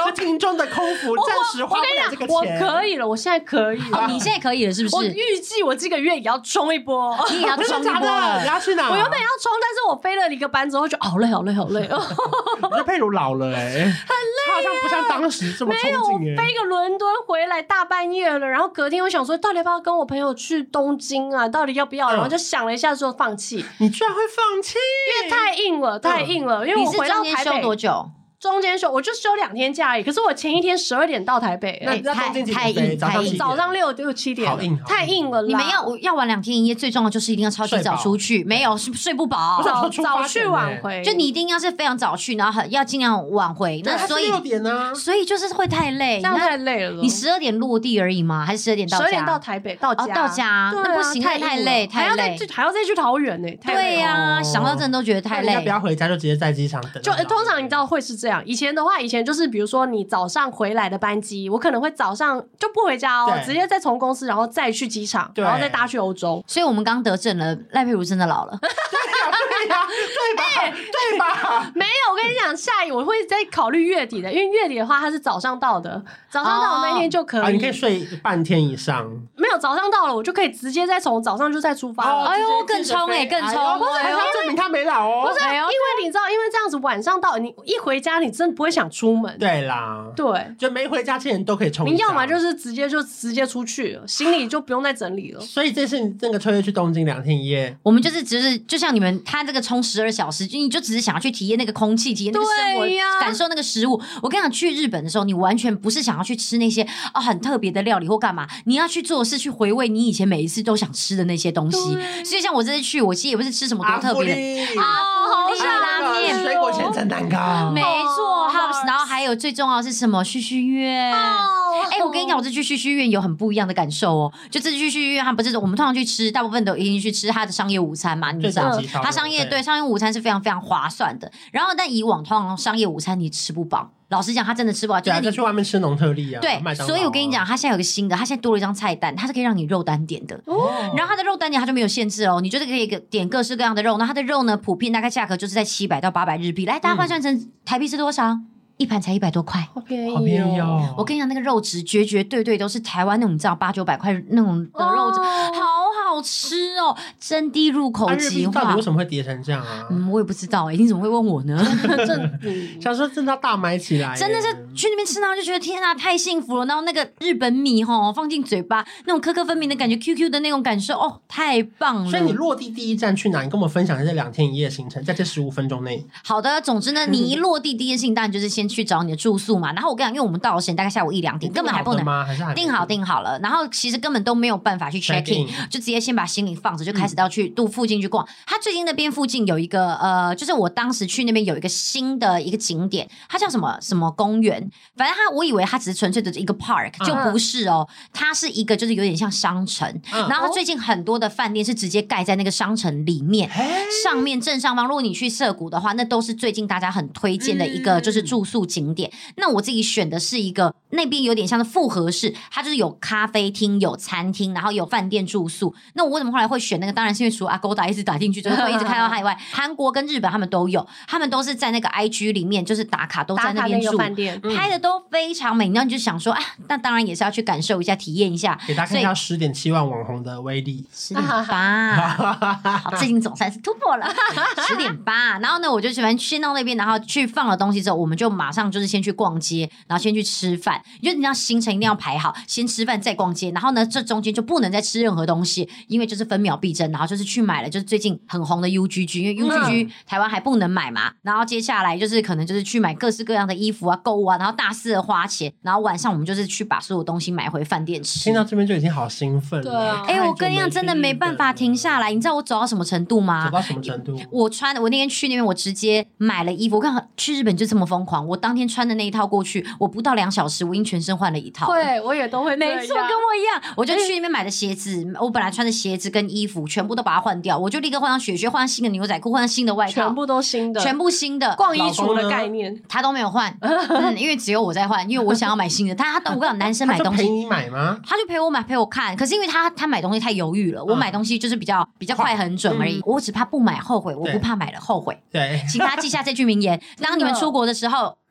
Speaker 3: 中的空服，暂时花不了这个钱。
Speaker 2: 我可以了，我现在可以了。
Speaker 1: 哦，你现在可以了是不是？
Speaker 2: 我预计我这个月也要冲一波，
Speaker 1: 你也要冲一波了。
Speaker 3: 你要去哪？
Speaker 2: 我原本要冲，但是我飞了一个班之后，就好累，好累，好累。
Speaker 3: 我觉得佩如老了哎、欸，很累、欸，他好像不像当时这么冲劲、欸。没有，我
Speaker 2: 飞个伦敦回来大半夜了，然后隔天我想说，到底要不要跟我朋友去东京啊？到底要不要？然后就想了一下，之后放弃。
Speaker 3: 你居然会放弃？
Speaker 2: 因为太硬了，太硬了。因为我回到台北
Speaker 1: 休多久？
Speaker 2: 中间休我就休两天假而已，可是我前一天十二点到台北，
Speaker 3: 那那
Speaker 1: 太太硬，太硬，
Speaker 2: 早上六六七点，
Speaker 3: 好硬，
Speaker 2: 太硬了啦。
Speaker 1: 你们要要玩两天一夜，最重要就是一定要超级早出去，没有睡不饱，
Speaker 2: 早早去晚回，
Speaker 1: 就你一定要是非常早去，然后要尽量晚回。那所以
Speaker 3: 六点呢，
Speaker 1: 所以就是会太累，
Speaker 2: 这样太累了。
Speaker 1: 你十二点落地而已吗？还是十二点到家？
Speaker 2: 十二点到台北到家，
Speaker 1: 到家那不行，太太累，太累，
Speaker 2: 还要再去桃园呢。
Speaker 1: 对呀，想到真的都觉得太累。
Speaker 3: 要不要回家就直接在机场等？
Speaker 2: 就通常你知道会是这样，以前的话。以前就是比如说你早上回来的班机，我可能会早上就不回家哦，直接再从公司然后再去机场，然后再搭去欧洲。
Speaker 1: 所以我们刚得证了，赖佩如真的老了。
Speaker 3: 对呀、啊，对吧？欸、对吧？
Speaker 2: 没有，我跟你讲，下一我会再考虑月底的，因为月底的话它是早上到的，早上到的那天就可以。
Speaker 3: 啊，你可以睡半天以上。
Speaker 2: 没有，早上到了我就可以直接再从早上就再出发了。
Speaker 1: 哦、哎呦，更冲哎、欸，更冲！
Speaker 3: 哎呦，证明他没老哦。
Speaker 2: 不是，因为你知道，因为这样子晚上到，你一回家你真的不会想出门。
Speaker 3: 对啦，
Speaker 2: 对，
Speaker 3: 就没回家之前都可以冲一下。
Speaker 2: 你要么就是直接就直接出去了，行李就不用再整理了。
Speaker 3: 所以这次你这个秋叶去东京两天一夜，
Speaker 1: 我们就是只是就像你们他这个冲十二小时，就你就只是想要去体验那个空气，体验那个生活，感受那个食物。我跟你讲，去日本的时候，你完全不是想要去吃那些哦很特别的料理或干嘛，你要去做的是去回味你以前每一次都想吃的那些东西。所以像我这次去，我其实也不是吃什么多特别的
Speaker 3: 啊，
Speaker 1: 好吃拉面、
Speaker 3: 水果千层蛋糕，
Speaker 1: 没错 ，House， 然后还有最重要的是什么？旭旭苑。哎、欸，我跟你讲，我这去旭旭苑有很不一样的感受哦。就这次去旭旭苑，它不是我们通常去吃，大部分都一定去吃它的商业午餐嘛，你知道？它商业对商业午餐是非常非常划算的。然后，但以往通常商业午餐你吃不饱。老实讲，他真的吃不饱。
Speaker 3: 对啊，就去外面吃农特利啊。
Speaker 1: 对，所以我跟你讲，他现在有个新的，他现在多了一张菜单，它是可以让你肉单点的。哦。然后它的肉单点它就没有限制哦，你就是可以点各式各样的肉。那它的肉呢，普遍大概价格就是在七百到八百日币。来，大家换算成台币是多少？一盘才一百多块，
Speaker 2: 好便宜，
Speaker 3: 好便宜哦！
Speaker 1: 我跟你讲，那个肉质绝绝对对都是台湾那种，你知道八九百块那种的肉质，哦、好好吃哦，真的入口即化。
Speaker 3: 到底为什么会跌成这样啊？
Speaker 1: 嗯，我也不知道哎、欸，你怎么会问我呢？
Speaker 3: 想说真的要大买起来，
Speaker 1: 真的是去那边吃，然后就觉得天啊，太幸福了。然后那个日本米哈放进嘴巴，那种颗颗分明的感觉 ，Q Q 的那种感受，哦，太棒了。
Speaker 3: 所以你落地第一站去哪？你跟我们分享一下这两天一夜行程，在这十五分钟内。
Speaker 1: 好的，总之呢，你一落地第一件事情当然就是先去找你的住宿嘛。然后我跟你讲，因为我们到的时间大概下午一两点，根本还不能
Speaker 3: 吗？还是还
Speaker 1: 订好订好了。然后其实根本都没有办法去 check in， 就直接先把行李放着，就开始到去度附近去逛。它最近那边附近有一个呃，就是我当时去那边有一个新的一个景点，它叫什么什么公园。反正它我以为它只是纯粹的一个 park， 就不是哦，它是一个就是有点像商城。然后它最近很多的饭店是直接盖在那个商城里面，上面正上方，如果你去涩谷的话，那都是最近大家很推荐的一个就是住宿景点。那我自己选的是一个那边有点像是复合式，它就是有咖啡厅、有餐厅，然后有饭店住宿。那我为什么后来会选那个？当然是因为除了 Agoda 一直打进去，就是会一直看到它以外，韩国跟日本他们都有，他们都是在那个 I G 里面就是打卡都在那边住，
Speaker 2: 饭店
Speaker 1: 拍的都非常美。然后你就想说啊，那当然也是要去感受一下、体验一下，
Speaker 3: 给大家看一下十点七万网红的威力。
Speaker 1: 十点八，好，最近总算是突破了十点八。然后呢，我就喜欢先到那边，然后去放了东西之后，我们就马上就是先去逛街，然后先去吃饭。因为你要行程一定要排好，先吃饭再逛街。然后呢，这中间就不能再吃任何东西，因为就是分秒必争。然后就是去买了，就是最近很红的 U G G， 因为 U G G、嗯、台湾还不能买嘛。然后接下来就是可能就是去买各式各样的衣服啊、购物啊，然后大肆的花钱。然后晚上我们就是去把所有东西买回饭店吃。
Speaker 3: 听到这边就已经好兴奋了。
Speaker 2: 对啊，
Speaker 1: 哎、欸，我跟你讲，真的没办法停下来。你知道我走到什么程度吗？
Speaker 3: 走到什么程度？
Speaker 1: 我穿我那天去那边，我直接买了衣服。我看去日本就这么疯狂，我当天穿的那一套过去，我不到两小时，我已经全身换了一套。
Speaker 2: 对，我也都会这样。
Speaker 1: 没错，跟我一样。我就去那边买的鞋子，我本来穿的鞋子跟衣服全部都把它换掉，我就立刻换上雪靴，换上新的牛仔裤，换上新的外套，
Speaker 2: 全部都新的，
Speaker 1: 全部新的。
Speaker 2: 逛衣橱的概念，
Speaker 1: 他都没有换，嗯，因为只有我在换，因为我想要买新的。他他我跟你讲，男生买东西，
Speaker 3: 他就陪你买吗？
Speaker 1: 他就陪我买，陪我看。可是因为他他买东西太犹豫了，我买东西就是比较比较快很准而已。我只怕不买后悔，我不怕买了后悔。
Speaker 3: 对，
Speaker 1: 请他记下这句名言：当你们出国的时候，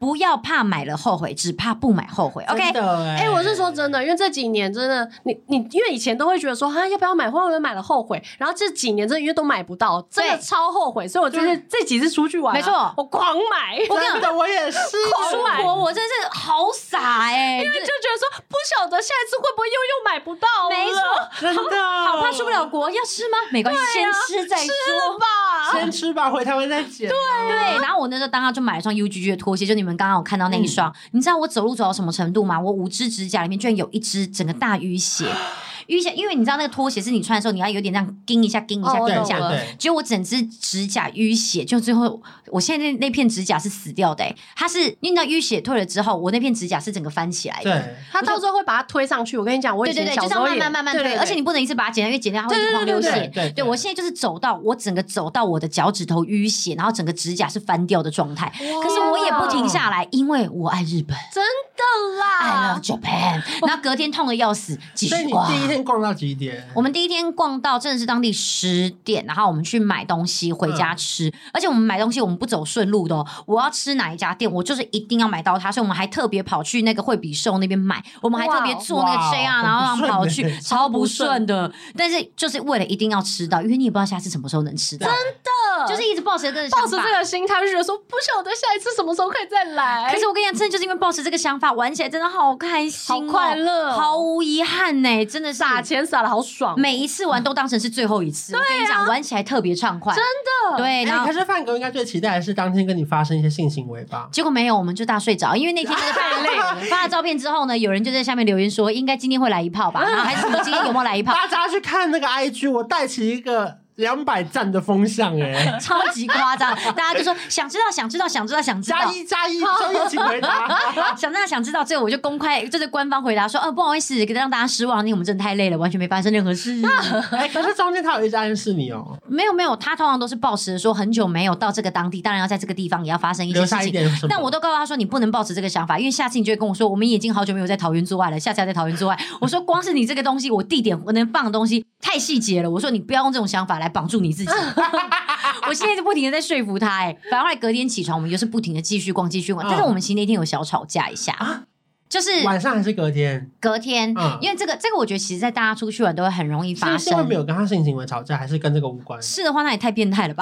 Speaker 1: 不要怕买了后悔，只怕不买后悔。OK，
Speaker 3: 真的哎、
Speaker 2: 哎、欸，我是说真的，因为这几年真的，你你因为以前都会觉得说，哈，要不要买，会不会买了后悔，然后这几年真的因为都买不到，真的超后悔，所以我这次这几次出去玩、啊，
Speaker 1: 没错，
Speaker 2: 我狂买。
Speaker 1: 我跟你讲，
Speaker 3: 我也是
Speaker 1: 出国，我真是好傻哎、欸，
Speaker 2: 因为就觉得说，不晓得下一次会不会又又买不到了，
Speaker 1: 没错，
Speaker 3: 真的
Speaker 1: 好怕出不了国，要吃吗？没关系，先吃再说
Speaker 2: 吧，
Speaker 3: 先吃吧，回台湾再捡。
Speaker 2: 对
Speaker 1: 对，然后我那时候当时就买了双 U G G 的拖鞋，就你们刚刚有看到那一双，嗯、你知道我走路走到什么程度吗？我五只指甲里面居然有一只整个大淤血。淤血，因为你知道那个拖鞋是你穿的时候，你要有点这样钉一下、钉一下、钉、哦、一下。结果我整只指甲淤血，就最后我现在那那片指甲是死掉的、欸。它是因为那淤血退了之后，我那片指甲是整个翻起来的。
Speaker 3: 对，
Speaker 2: 它到最后会把它推上去。我跟你讲，我以前小时候也
Speaker 1: 对对对，就是慢慢慢慢推，对对对，而且你不能一次把它剪掉，因为剪掉它会一直狂流血。对, 对, 对, 对, 对, 对，我现在就是走到我整个走到我的脚趾头淤血，然后整个指甲是翻掉的状态。可是我也不停下来，因为我爱日本，
Speaker 2: 真的啦
Speaker 1: ，I love Japan。然后隔天痛的要死，继续
Speaker 3: 所以你第一天逛到几点？
Speaker 1: 我们第一天逛到真的是当地十点，然后我们去买东西回家吃、嗯、而且我们买东西我们不走顺路的哦，我要吃哪一家店我就是一定要买到它，所以我们还特别跑去那个惠比寿那边买，我们还特别坐那个 J R 然后跑去，超不顺的，但是就是为了一定要吃到，因为你也不知道下次什么时候能吃到，
Speaker 2: 真的
Speaker 1: 就是一直抱持这个想法，
Speaker 2: 抱持这个心态就觉得说不晓得下一次什么时候可以再来。
Speaker 1: 可是我跟你讲，真的就是因为抱持这个想法玩起来真的好开心、哦、
Speaker 2: 好快乐、哦、
Speaker 1: 毫无遗憾呢、欸，真的是
Speaker 2: 撒钱撒的好爽，
Speaker 1: 每一次玩都当成是最后一次、嗯、我跟你讲玩起来特别畅快，
Speaker 2: 真的。
Speaker 1: 对，然后、
Speaker 3: 欸、可是范哥应该最期待的是当天跟你发生一些性行为吧？
Speaker 1: 结果没有，我们就大睡着，因为那天那个太累了发了照片之后呢，有人就在下面留言说应该今天会来一炮吧，然后还是什么今天有没有来一炮
Speaker 3: 大家去看那个 I G 我带起一个两百赞的风向哎、欸，
Speaker 1: 超级夸张！大家就说想知道，想知道，想知道，想知道，
Speaker 3: 加一加一，秋叶请回答。
Speaker 1: 想知道，想知道，最后我就公开，就是官方回答说，哦，不好意思，让大家失望，因为我们真的太累了，完全没发生任何事。
Speaker 3: 哎、欸，可是中间他有一直暗示你哦，
Speaker 1: 没有没有，他通常都是抱持说很久没有到这个当地，当然要在这个地方也要发生一些事情。
Speaker 3: 留下一点什么？
Speaker 1: 但我都告诉他说，你不能抱持这个想法，因为下次你就会跟我说，我们已经好久没有在桃园做爱了，下次要在桃园做爱。我说，光是你这个东西，我地点我能放的东西太细节了。我说，你不要用这种想法来绑住你自己。我现在就不停的在说服他、欸，哎，反而后来隔天起床，我们就是不停的继续逛，继续逛。但是我们其实那天有小吵架一下，啊、就是
Speaker 3: 晚上还是隔天？
Speaker 1: 隔天，嗯、因为这个这个，我觉得其实，在大家出去玩都会很容易发生。
Speaker 3: 是因为没有跟他性行为吵架，还是跟这个无关？
Speaker 1: 是的话，那也太变态了吧。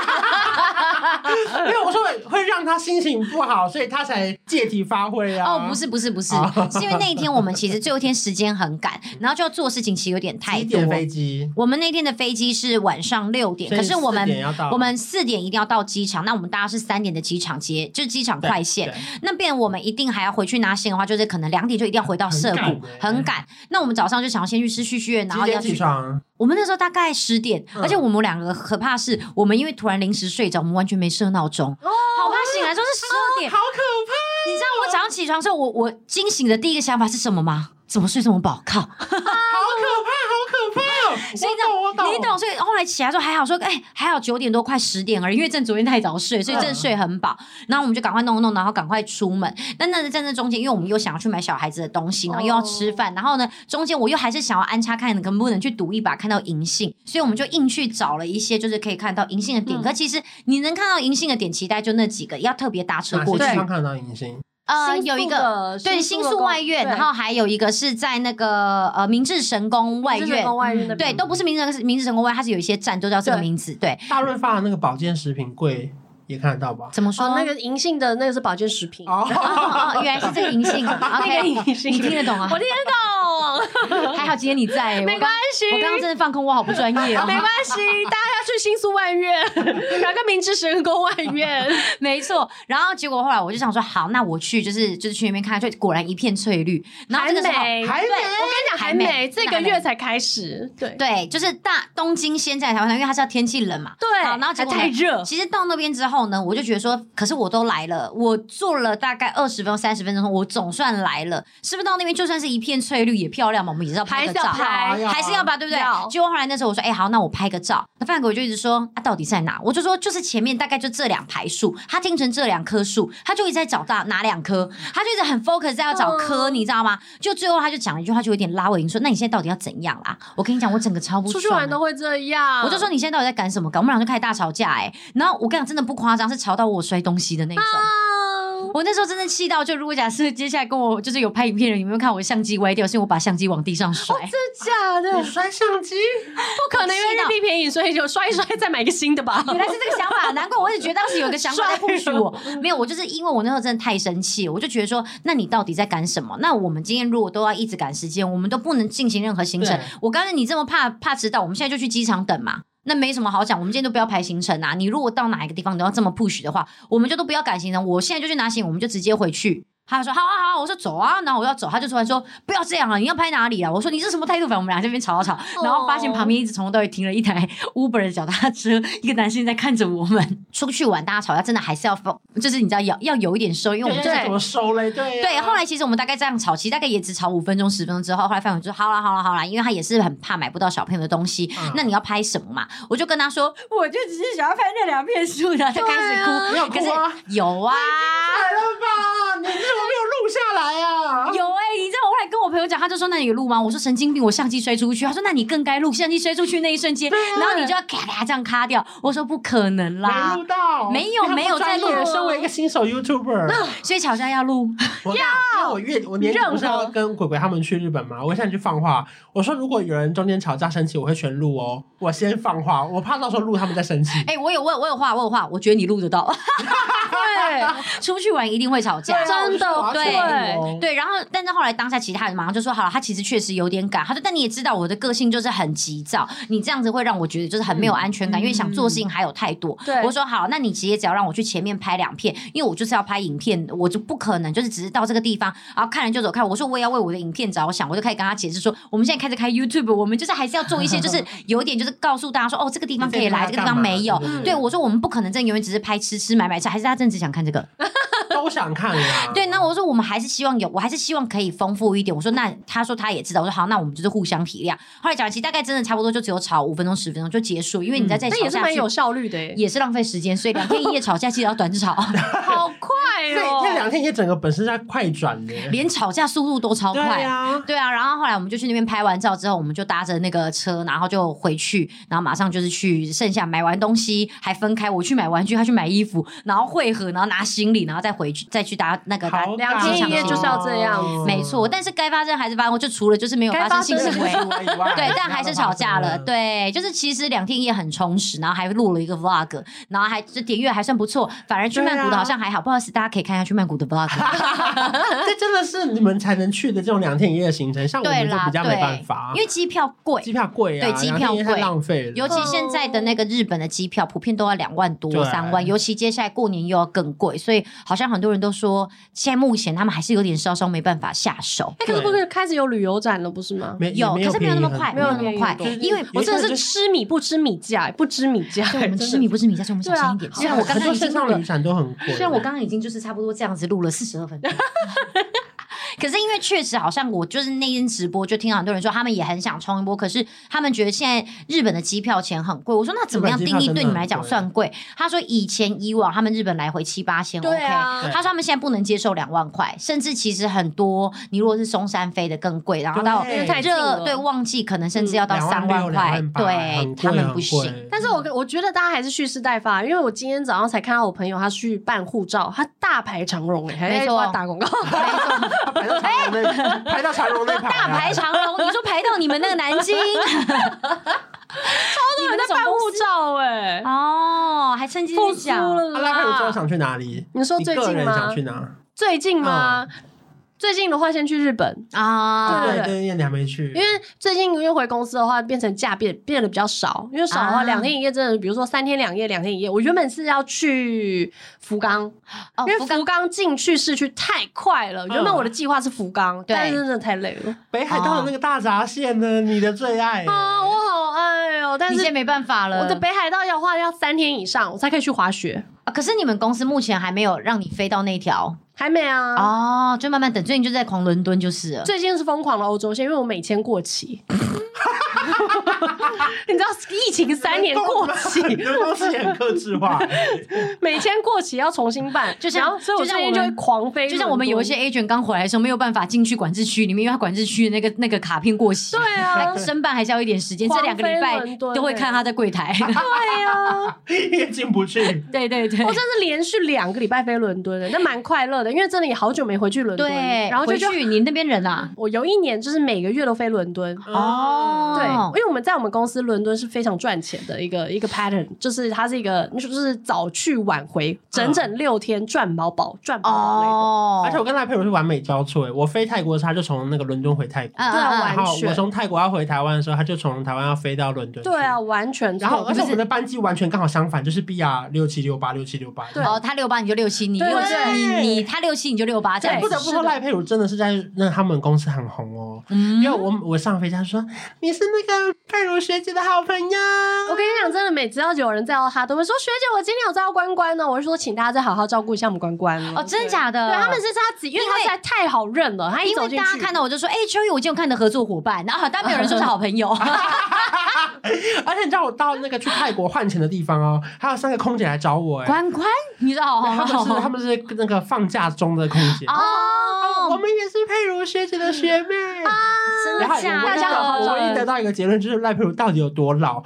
Speaker 3: 因为我说会让他心情不好，所以他才借题发挥啊。
Speaker 1: 哦，不是不是不是，是因为那一天我们其实最后一天时间很赶，然后就要做事情其实有点太多。
Speaker 3: 几点飞机？
Speaker 1: 我们那天的飞机是晚上六点，可是我们我们四点一定要到机场，那我们搭是三点的机场接，就是机场快线。那变我们一定还要回去拿行的话，就是可能两点就一定要回到涩谷，很赶。那我们早上就想要先去吃旭旭苑，然后要去。
Speaker 3: 起床？
Speaker 1: 我们那时候大概十点，嗯、而且我们两个可怕是，我们因为突然临时睡着，我们完全没设闹钟，哦、好怕醒来说是十二点，
Speaker 3: 好可怕！
Speaker 1: 你知道我早上起床的时候，我我惊醒的第一个想法是什么吗？怎么睡这么饱？靠！好可怕，好
Speaker 3: 可怕！
Speaker 1: 所以我懂，我懂，你懂。所以后来起来之后还好说，哎、欸，还好九点多快十点而已，因为正昨天太早睡，所以真的睡很饱。嗯、然后我们就赶快弄弄，然后赶快出门。但那在那中间，因为我们又想要去买小孩子的东西，然后又要吃饭，哦、然后呢，中间我又还是想要安插看能不能去赌一把看到银杏，所以我们就硬去找了一些就是可以看到银杏的点。嗯、可其实你能看到银杏的点，期待就那几个，要特别搭车过去。
Speaker 3: 哪些地方看得到银杏？
Speaker 1: 呃，有一个对新宿外院，然后还有一个是在那个呃明治神宫外院，嗯、对，都不是明治明治神宫外，它是有一些站都叫这个名字。对，
Speaker 3: 大润发的那个保健食品柜也看得到吧？
Speaker 1: 怎么说？
Speaker 2: 哦、那个银杏的那个是保健食品
Speaker 1: 哦，哦哦原来是这个银杏，那个银杏，你听得懂啊？
Speaker 2: 我听得懂，
Speaker 1: 还好今天你在，
Speaker 2: 没关系。
Speaker 1: 我刚刚真的放空，我好不专业哦。
Speaker 2: 没关系，大家要去新宿外院，然后跟明治神宫外院，
Speaker 1: 没错。然后结果后来我就想说，好，那我去就是就是去那边看，就果然一片翠绿。然后这个时候
Speaker 2: 还没，
Speaker 3: 还没，
Speaker 2: 我跟你讲还没，这个月才开始。对
Speaker 1: 对，就是大东京先在台湾，因为它是要天气冷嘛。
Speaker 2: 对，
Speaker 1: 然后结果
Speaker 2: 太热。
Speaker 1: 其实到那边之后呢，我就觉得说，可是我都来了，我坐了大概二十分钟、三十分钟，我总算来了，是不是到那边就算是一片翠绿也漂亮嘛？我们也是要拍个照，
Speaker 2: 拍
Speaker 1: 还是要吧，对不对？结果后来那时候我说，哎、欸，好，那我拍个照。那范哥就一直说，啊，到底在哪？我就说，就是前面大概就这两排树，他听成这两棵树，他就一直在找大哪两棵，他就一直很 focus 在要找棵，嗯、你知道吗？就最后他就讲了一句话，就有点拉我赢，说，那你现在到底要怎样啦？我跟你讲，我整个超不爽，
Speaker 2: 出去玩都会这样。
Speaker 1: 我就说你现在到底在赶什么赶？我们俩就开始大吵架哎、欸，然后我跟你讲，真的不夸张，是吵到我摔东西的那种。啊我那时候真的气到，就如果假设接下来跟我就是有拍影片的人，有没有看我相机歪掉？是因为我把相机往地上摔。
Speaker 2: 哦、真的假的？
Speaker 3: 你摔相机？
Speaker 2: 不可能，因为日币便宜，所以就摔一摔再买个新的吧。
Speaker 1: 原来是这个想法，难怪我一直觉得当时有个想法在 push 我。没有，我就是因为我那时候真的太生气，我就觉得说，那你到底在赶什么？那我们今天如果都要一直赶时间，我们都不能进行任何行程。我刚才你这么怕怕迟到，我们现在就去机场等嘛。那没什么好讲，我们今天都不要排行程啊。你如果到哪一个地方都要这么 push 的话，我们就都不要赶行程。我现在就去拿行，我们就直接回去。他就说好啊好啊，我说走啊，然后我要走，他就突然说不要这样啊，你要拍哪里啊？我说你这什么态度？反正我们俩这边吵吵吵，然后发现旁边一直从头到尾停了一台 Uber 的脚踏车，一个男生在看着我们。出去玩大家吵架真的还是要就是你知道要要有一点收，因为我们就是
Speaker 3: 怎么收嘞？对、啊、
Speaker 1: 对。后来其实我们大概这样吵，其实大概也只吵五分钟十分钟之后，后来范伟就说好啦好啦好啦，因为他也是很怕买不到小朋友的东西，嗯、那你要拍什么嘛？我就跟他说，我就只是想要拍那两片树，然后就开始哭。
Speaker 3: 你有哭啊？
Speaker 1: 有啊。
Speaker 3: 来了吧？你怎么没有录下来啊？
Speaker 1: 有哎、欸，你知道我后来跟我朋友讲，他就说那你有录吗？我说神经病，我相机摔出去。他说那你更该录，相机摔出去那一瞬间，然后你就要咔咔这样咔掉。我说不可能啦，
Speaker 3: 没录到，
Speaker 1: 没有没有在录。
Speaker 3: 身为一个新手 YouTuber，
Speaker 1: 所以吵架要录，
Speaker 3: 要。我月我年底不是要跟鬼鬼他们去日本吗？我现在去放话，我说如果有人中间吵架生气，我会全录哦。我先放话，我怕到时候录他们在生气。
Speaker 1: 哎、欸，我有我有我有话我有话，我觉得你录得到。对，出去玩一定会吵架，
Speaker 2: 真的
Speaker 1: 对对。然后，但是后来当下其他人马上就说好了，他其实确实有点赶。他说，但你也知道我的个性就是很急躁，你这样子会让我觉得就是很没有安全感，嗯、因为想做事情还有太多。
Speaker 2: 对，
Speaker 1: 我说好，那你直接只要让我去前面拍两片，因为我就是要拍影片，我就不可能就是只是到这个地方，然后看人就走看。我说我也要为我的影片着想，我就开始跟他解释说，我们现在开始开 YouTube， 我们就是还是要做一些就是有点就是告诉大家说，哦，这个地方可以来，这个地方没有。对, 对，我说我们不可能真的永远只是拍吃吃买买吃，还是他真的只想看这个。
Speaker 3: 都想看啦。
Speaker 1: 对，那我说我们还是希望有，我还是希望可以丰富一点。我说那他说他也知道，我说好，那我们就是互相体谅。后来讲其实大概真的差不多就只有吵五分钟十分钟就结束，因为你在再吵下去、嗯、
Speaker 2: 也是蛮有效率的耶，
Speaker 1: 也是浪费时间，所以两天一夜吵架记得要短吵。
Speaker 2: 好快哦！
Speaker 3: 这两天一夜整个本身在快转的，
Speaker 1: 连吵架速度都超快。
Speaker 3: 对啊，
Speaker 1: 对啊。然后后来我们就去那边拍完照之后，我们就搭着那个车，然后就回去，然后马上就是去剩下买完东西还分开，我去买玩具，他去买衣服，然后汇合，然后拿行李，然后再回去再去搭那个搭
Speaker 2: 两天一夜就是要这样子，
Speaker 1: 没错。但是该发生还是发生，就除了就是没有发生性行为，对，但还是吵架了。对，就是其实两天一夜很充实，然后还录了一个 vlog， 然后还这点阅还算不错。反而去曼谷的好像还好，不好意思，大家可以看一下去曼谷的 vlog。
Speaker 3: 这真的是你们才能去的这种两天一夜的行程，像我们就比较没办法，
Speaker 1: 因为机票贵，
Speaker 3: 机票贵啊，
Speaker 1: 对，机票贵，
Speaker 3: 浪费了。
Speaker 1: 尤其现在的那个日本的机票普遍都要两万多、三万，尤其接下来过年又要更贵，所以好像很多人都说，现在目前他们还是有点稍稍没办法下手。
Speaker 2: 哎、欸，可是不是开始有旅游展了，不是吗？
Speaker 1: 有，可是没有那么快，没有那么快，因为
Speaker 2: 我真的是吃米不吃米价，不知米价。
Speaker 1: 对，我们吃米不吃米价，所以我们小心一点。虽然我刚刚已经
Speaker 3: 线上旅展都很贵，
Speaker 1: 虽然我刚刚已经就是差不多这样子录了四十二分钟。可是因为确实好像我就是那天直播就听到很多人说他们也很想冲一波，可是他们觉得现在日本的机票钱很贵。我说那怎么样定义对你们来讲算贵？他说以前以往他们日本来回七八千 OK， 他说他们现在不能接受两万块，甚至其实很多你如果是松山飞的更贵，然后到热对旺季可能甚至要到三万块，对他们不行。
Speaker 2: 但是我我觉得大家还是蓄势待发，因为我今天早上才看到我朋友他去办护照，他大排长龙哎、欸，
Speaker 1: 没错，
Speaker 2: 打广告，
Speaker 3: 排到长荣那排到长荣那排、啊，
Speaker 1: 大排长龙，你说排到你们那个南京，超
Speaker 2: 多人在办护照哎、欸，
Speaker 1: 哦，还趁机去讲
Speaker 2: 了啦。
Speaker 3: 那还有说想去哪里？
Speaker 2: 你说最近吗？
Speaker 3: 想去哪？
Speaker 2: 最近吗？嗯最近的话，先去日本
Speaker 1: 啊，
Speaker 3: 对对对，因为你还没去。
Speaker 2: 因为最近因为回公司的话，变成假变变得比较少，因为少的话，两、啊、天一夜真的，比如说三天两夜、两天一夜。我原本是要去福冈，哦、因为福冈进去市区太快了。嗯、原本我的计划是福冈，但是真的太累了。
Speaker 3: 北海道的那个大闸蟹呢？你的最爱
Speaker 2: 啊，我好爱哦！但是
Speaker 1: 你现在没办法了，
Speaker 2: 我的北海道要花要三天以上，我才可以去滑雪
Speaker 1: 啊。可是你们公司目前还没有让你飞到那条。
Speaker 2: 还没啊，
Speaker 1: 哦，就慢慢等。最近就在狂伦敦就是了。
Speaker 2: 最近是疯狂的欧洲线，因为我美签过期。你知道疫情三年过期，
Speaker 3: 流动性也很客制化，
Speaker 2: 每天过期要重新办，
Speaker 1: 就像
Speaker 2: 所以我最近就会狂飞。
Speaker 1: 就像我们有一些 agent 刚回来的时候没有办法进去管制区里面，因为他管制区的那个那个卡片过期，
Speaker 2: 对啊，
Speaker 1: 申办还是要一点时间，这两个礼拜都会看他在柜台，
Speaker 2: 对啊，
Speaker 3: 也进不去。
Speaker 1: 对对对，
Speaker 2: 我真是连续两个礼拜飞伦敦的，那蛮快乐的，因为真的也好久没回去伦敦，
Speaker 1: 对，
Speaker 2: 然后就
Speaker 1: 回去你那边人啊，
Speaker 2: 我有一年就是每个月都飞伦敦
Speaker 1: 哦，
Speaker 2: 对，因为我们在我们公司伦敦是非常赚钱的一个一个 pattern， 就是它是一个就是早去晚回，整整六天赚饱饱赚饱饱那种。
Speaker 3: 而且我跟赖佩如是完美交错，我飞泰国的时候他就从那个伦敦回泰国，
Speaker 1: 对
Speaker 2: 啊，
Speaker 3: 然后
Speaker 2: 完全。
Speaker 3: 我从泰国要回台湾的时候，他就从台湾要飞到伦敦。
Speaker 2: 对啊，完全。
Speaker 3: 然后而且我们的班机完全刚好相反，就是 B R 六七六八六七六八。
Speaker 2: 对
Speaker 1: 哦，他六八你就六七，你六七你你他六七你就六八，这样
Speaker 3: 不得不说赖佩如真的是在那他们公司很红哦，因为我我上飞机他说你是那个佩如学姐的好朋友。
Speaker 2: 我跟你讲，真的每只要有人载到他，都会说学姐，我今天有载到关关呢。我就说，请大家再好好照顾一下我们关关
Speaker 1: 哦，真的假的？
Speaker 2: 对，他们是他自己，因为他实在太好认了，他一走进去，
Speaker 1: 因为大家看到我就说，哎、欸，秋雨，我今天有看你的合作伙伴，然后但没有人说是好朋友。
Speaker 3: 而且你知道我到那个去泰国换钱的地方哦，还有三个空姐来找我，哎，
Speaker 1: 关关，你知道哦，
Speaker 3: 他们是他们是那个放假中的空姐
Speaker 1: 哦，
Speaker 3: 我们也是佩如学姐的学妹
Speaker 1: 啊，真的假的？
Speaker 3: 大家好好我唯一得到一个结论就是赖佩如到底有多老。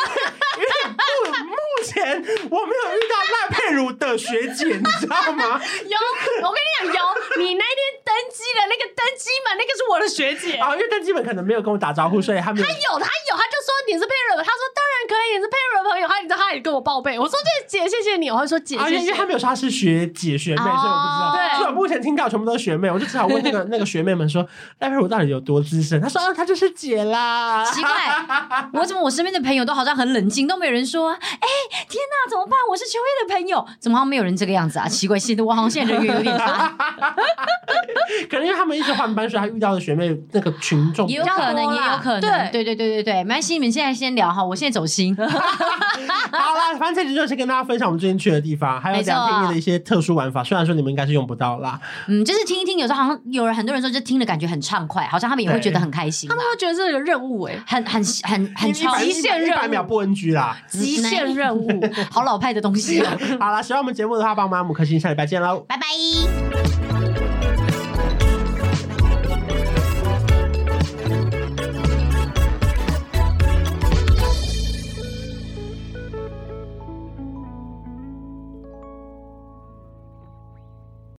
Speaker 3: 目前我没有遇到赖佩如的学姐，你知道吗？
Speaker 2: 有，我跟你讲，有你那天登机的那个登机门，那个是我的学姐
Speaker 3: 啊、哦，因为登机门可能没有跟我打招呼，所以他没有。
Speaker 2: 他有，他有，他就说你是佩如，他说当然可以，你是佩如的朋友，他你知道他也跟我报备，我说对姐，谢谢你，我会说姐，谢谢，
Speaker 3: 啊、因为他没有说他是学姐学妹，哦、所以我不知道。
Speaker 2: 对，
Speaker 3: 所以我目前听到全部都是学妹，我就只好问那个那个学妹们说，赖佩如到底有多资深？他说啊，她就是姐啦。
Speaker 1: 奇怪，我怎么我身边的朋友都好像很冷静，都没有人说，哎、欸，天哪，怎么办？我是秋叶的朋友，怎么好像没有人这个样子啊？奇怪，现在我好像现在人缘有点差。
Speaker 3: 可能因为他们一直换班，所以他遇到的学妹那个群众
Speaker 1: 也有可能，也有可能。对对对对对对，没关系，你们现在先聊哈，我现在走心。
Speaker 3: 好啦，反正这集就是跟大家分享我们最近去的地方，还有两天夜的一些特殊玩法。虽然说你们应该是用不到啦，
Speaker 1: 嗯，就是听一听，有时候好像有人很多人说，就听了感觉很畅快，好像他们也会觉得很开心，
Speaker 2: 他们会觉得这个任务哎、欸，
Speaker 1: 很很很很超
Speaker 2: 极限任务，
Speaker 3: 一百秒不 N G 啦，
Speaker 2: 极限任务，
Speaker 1: 好老派的东西哦。
Speaker 3: 好啦，喜欢我们节目的话，帮我们按五颗星，下礼拜见喽，
Speaker 1: 拜拜。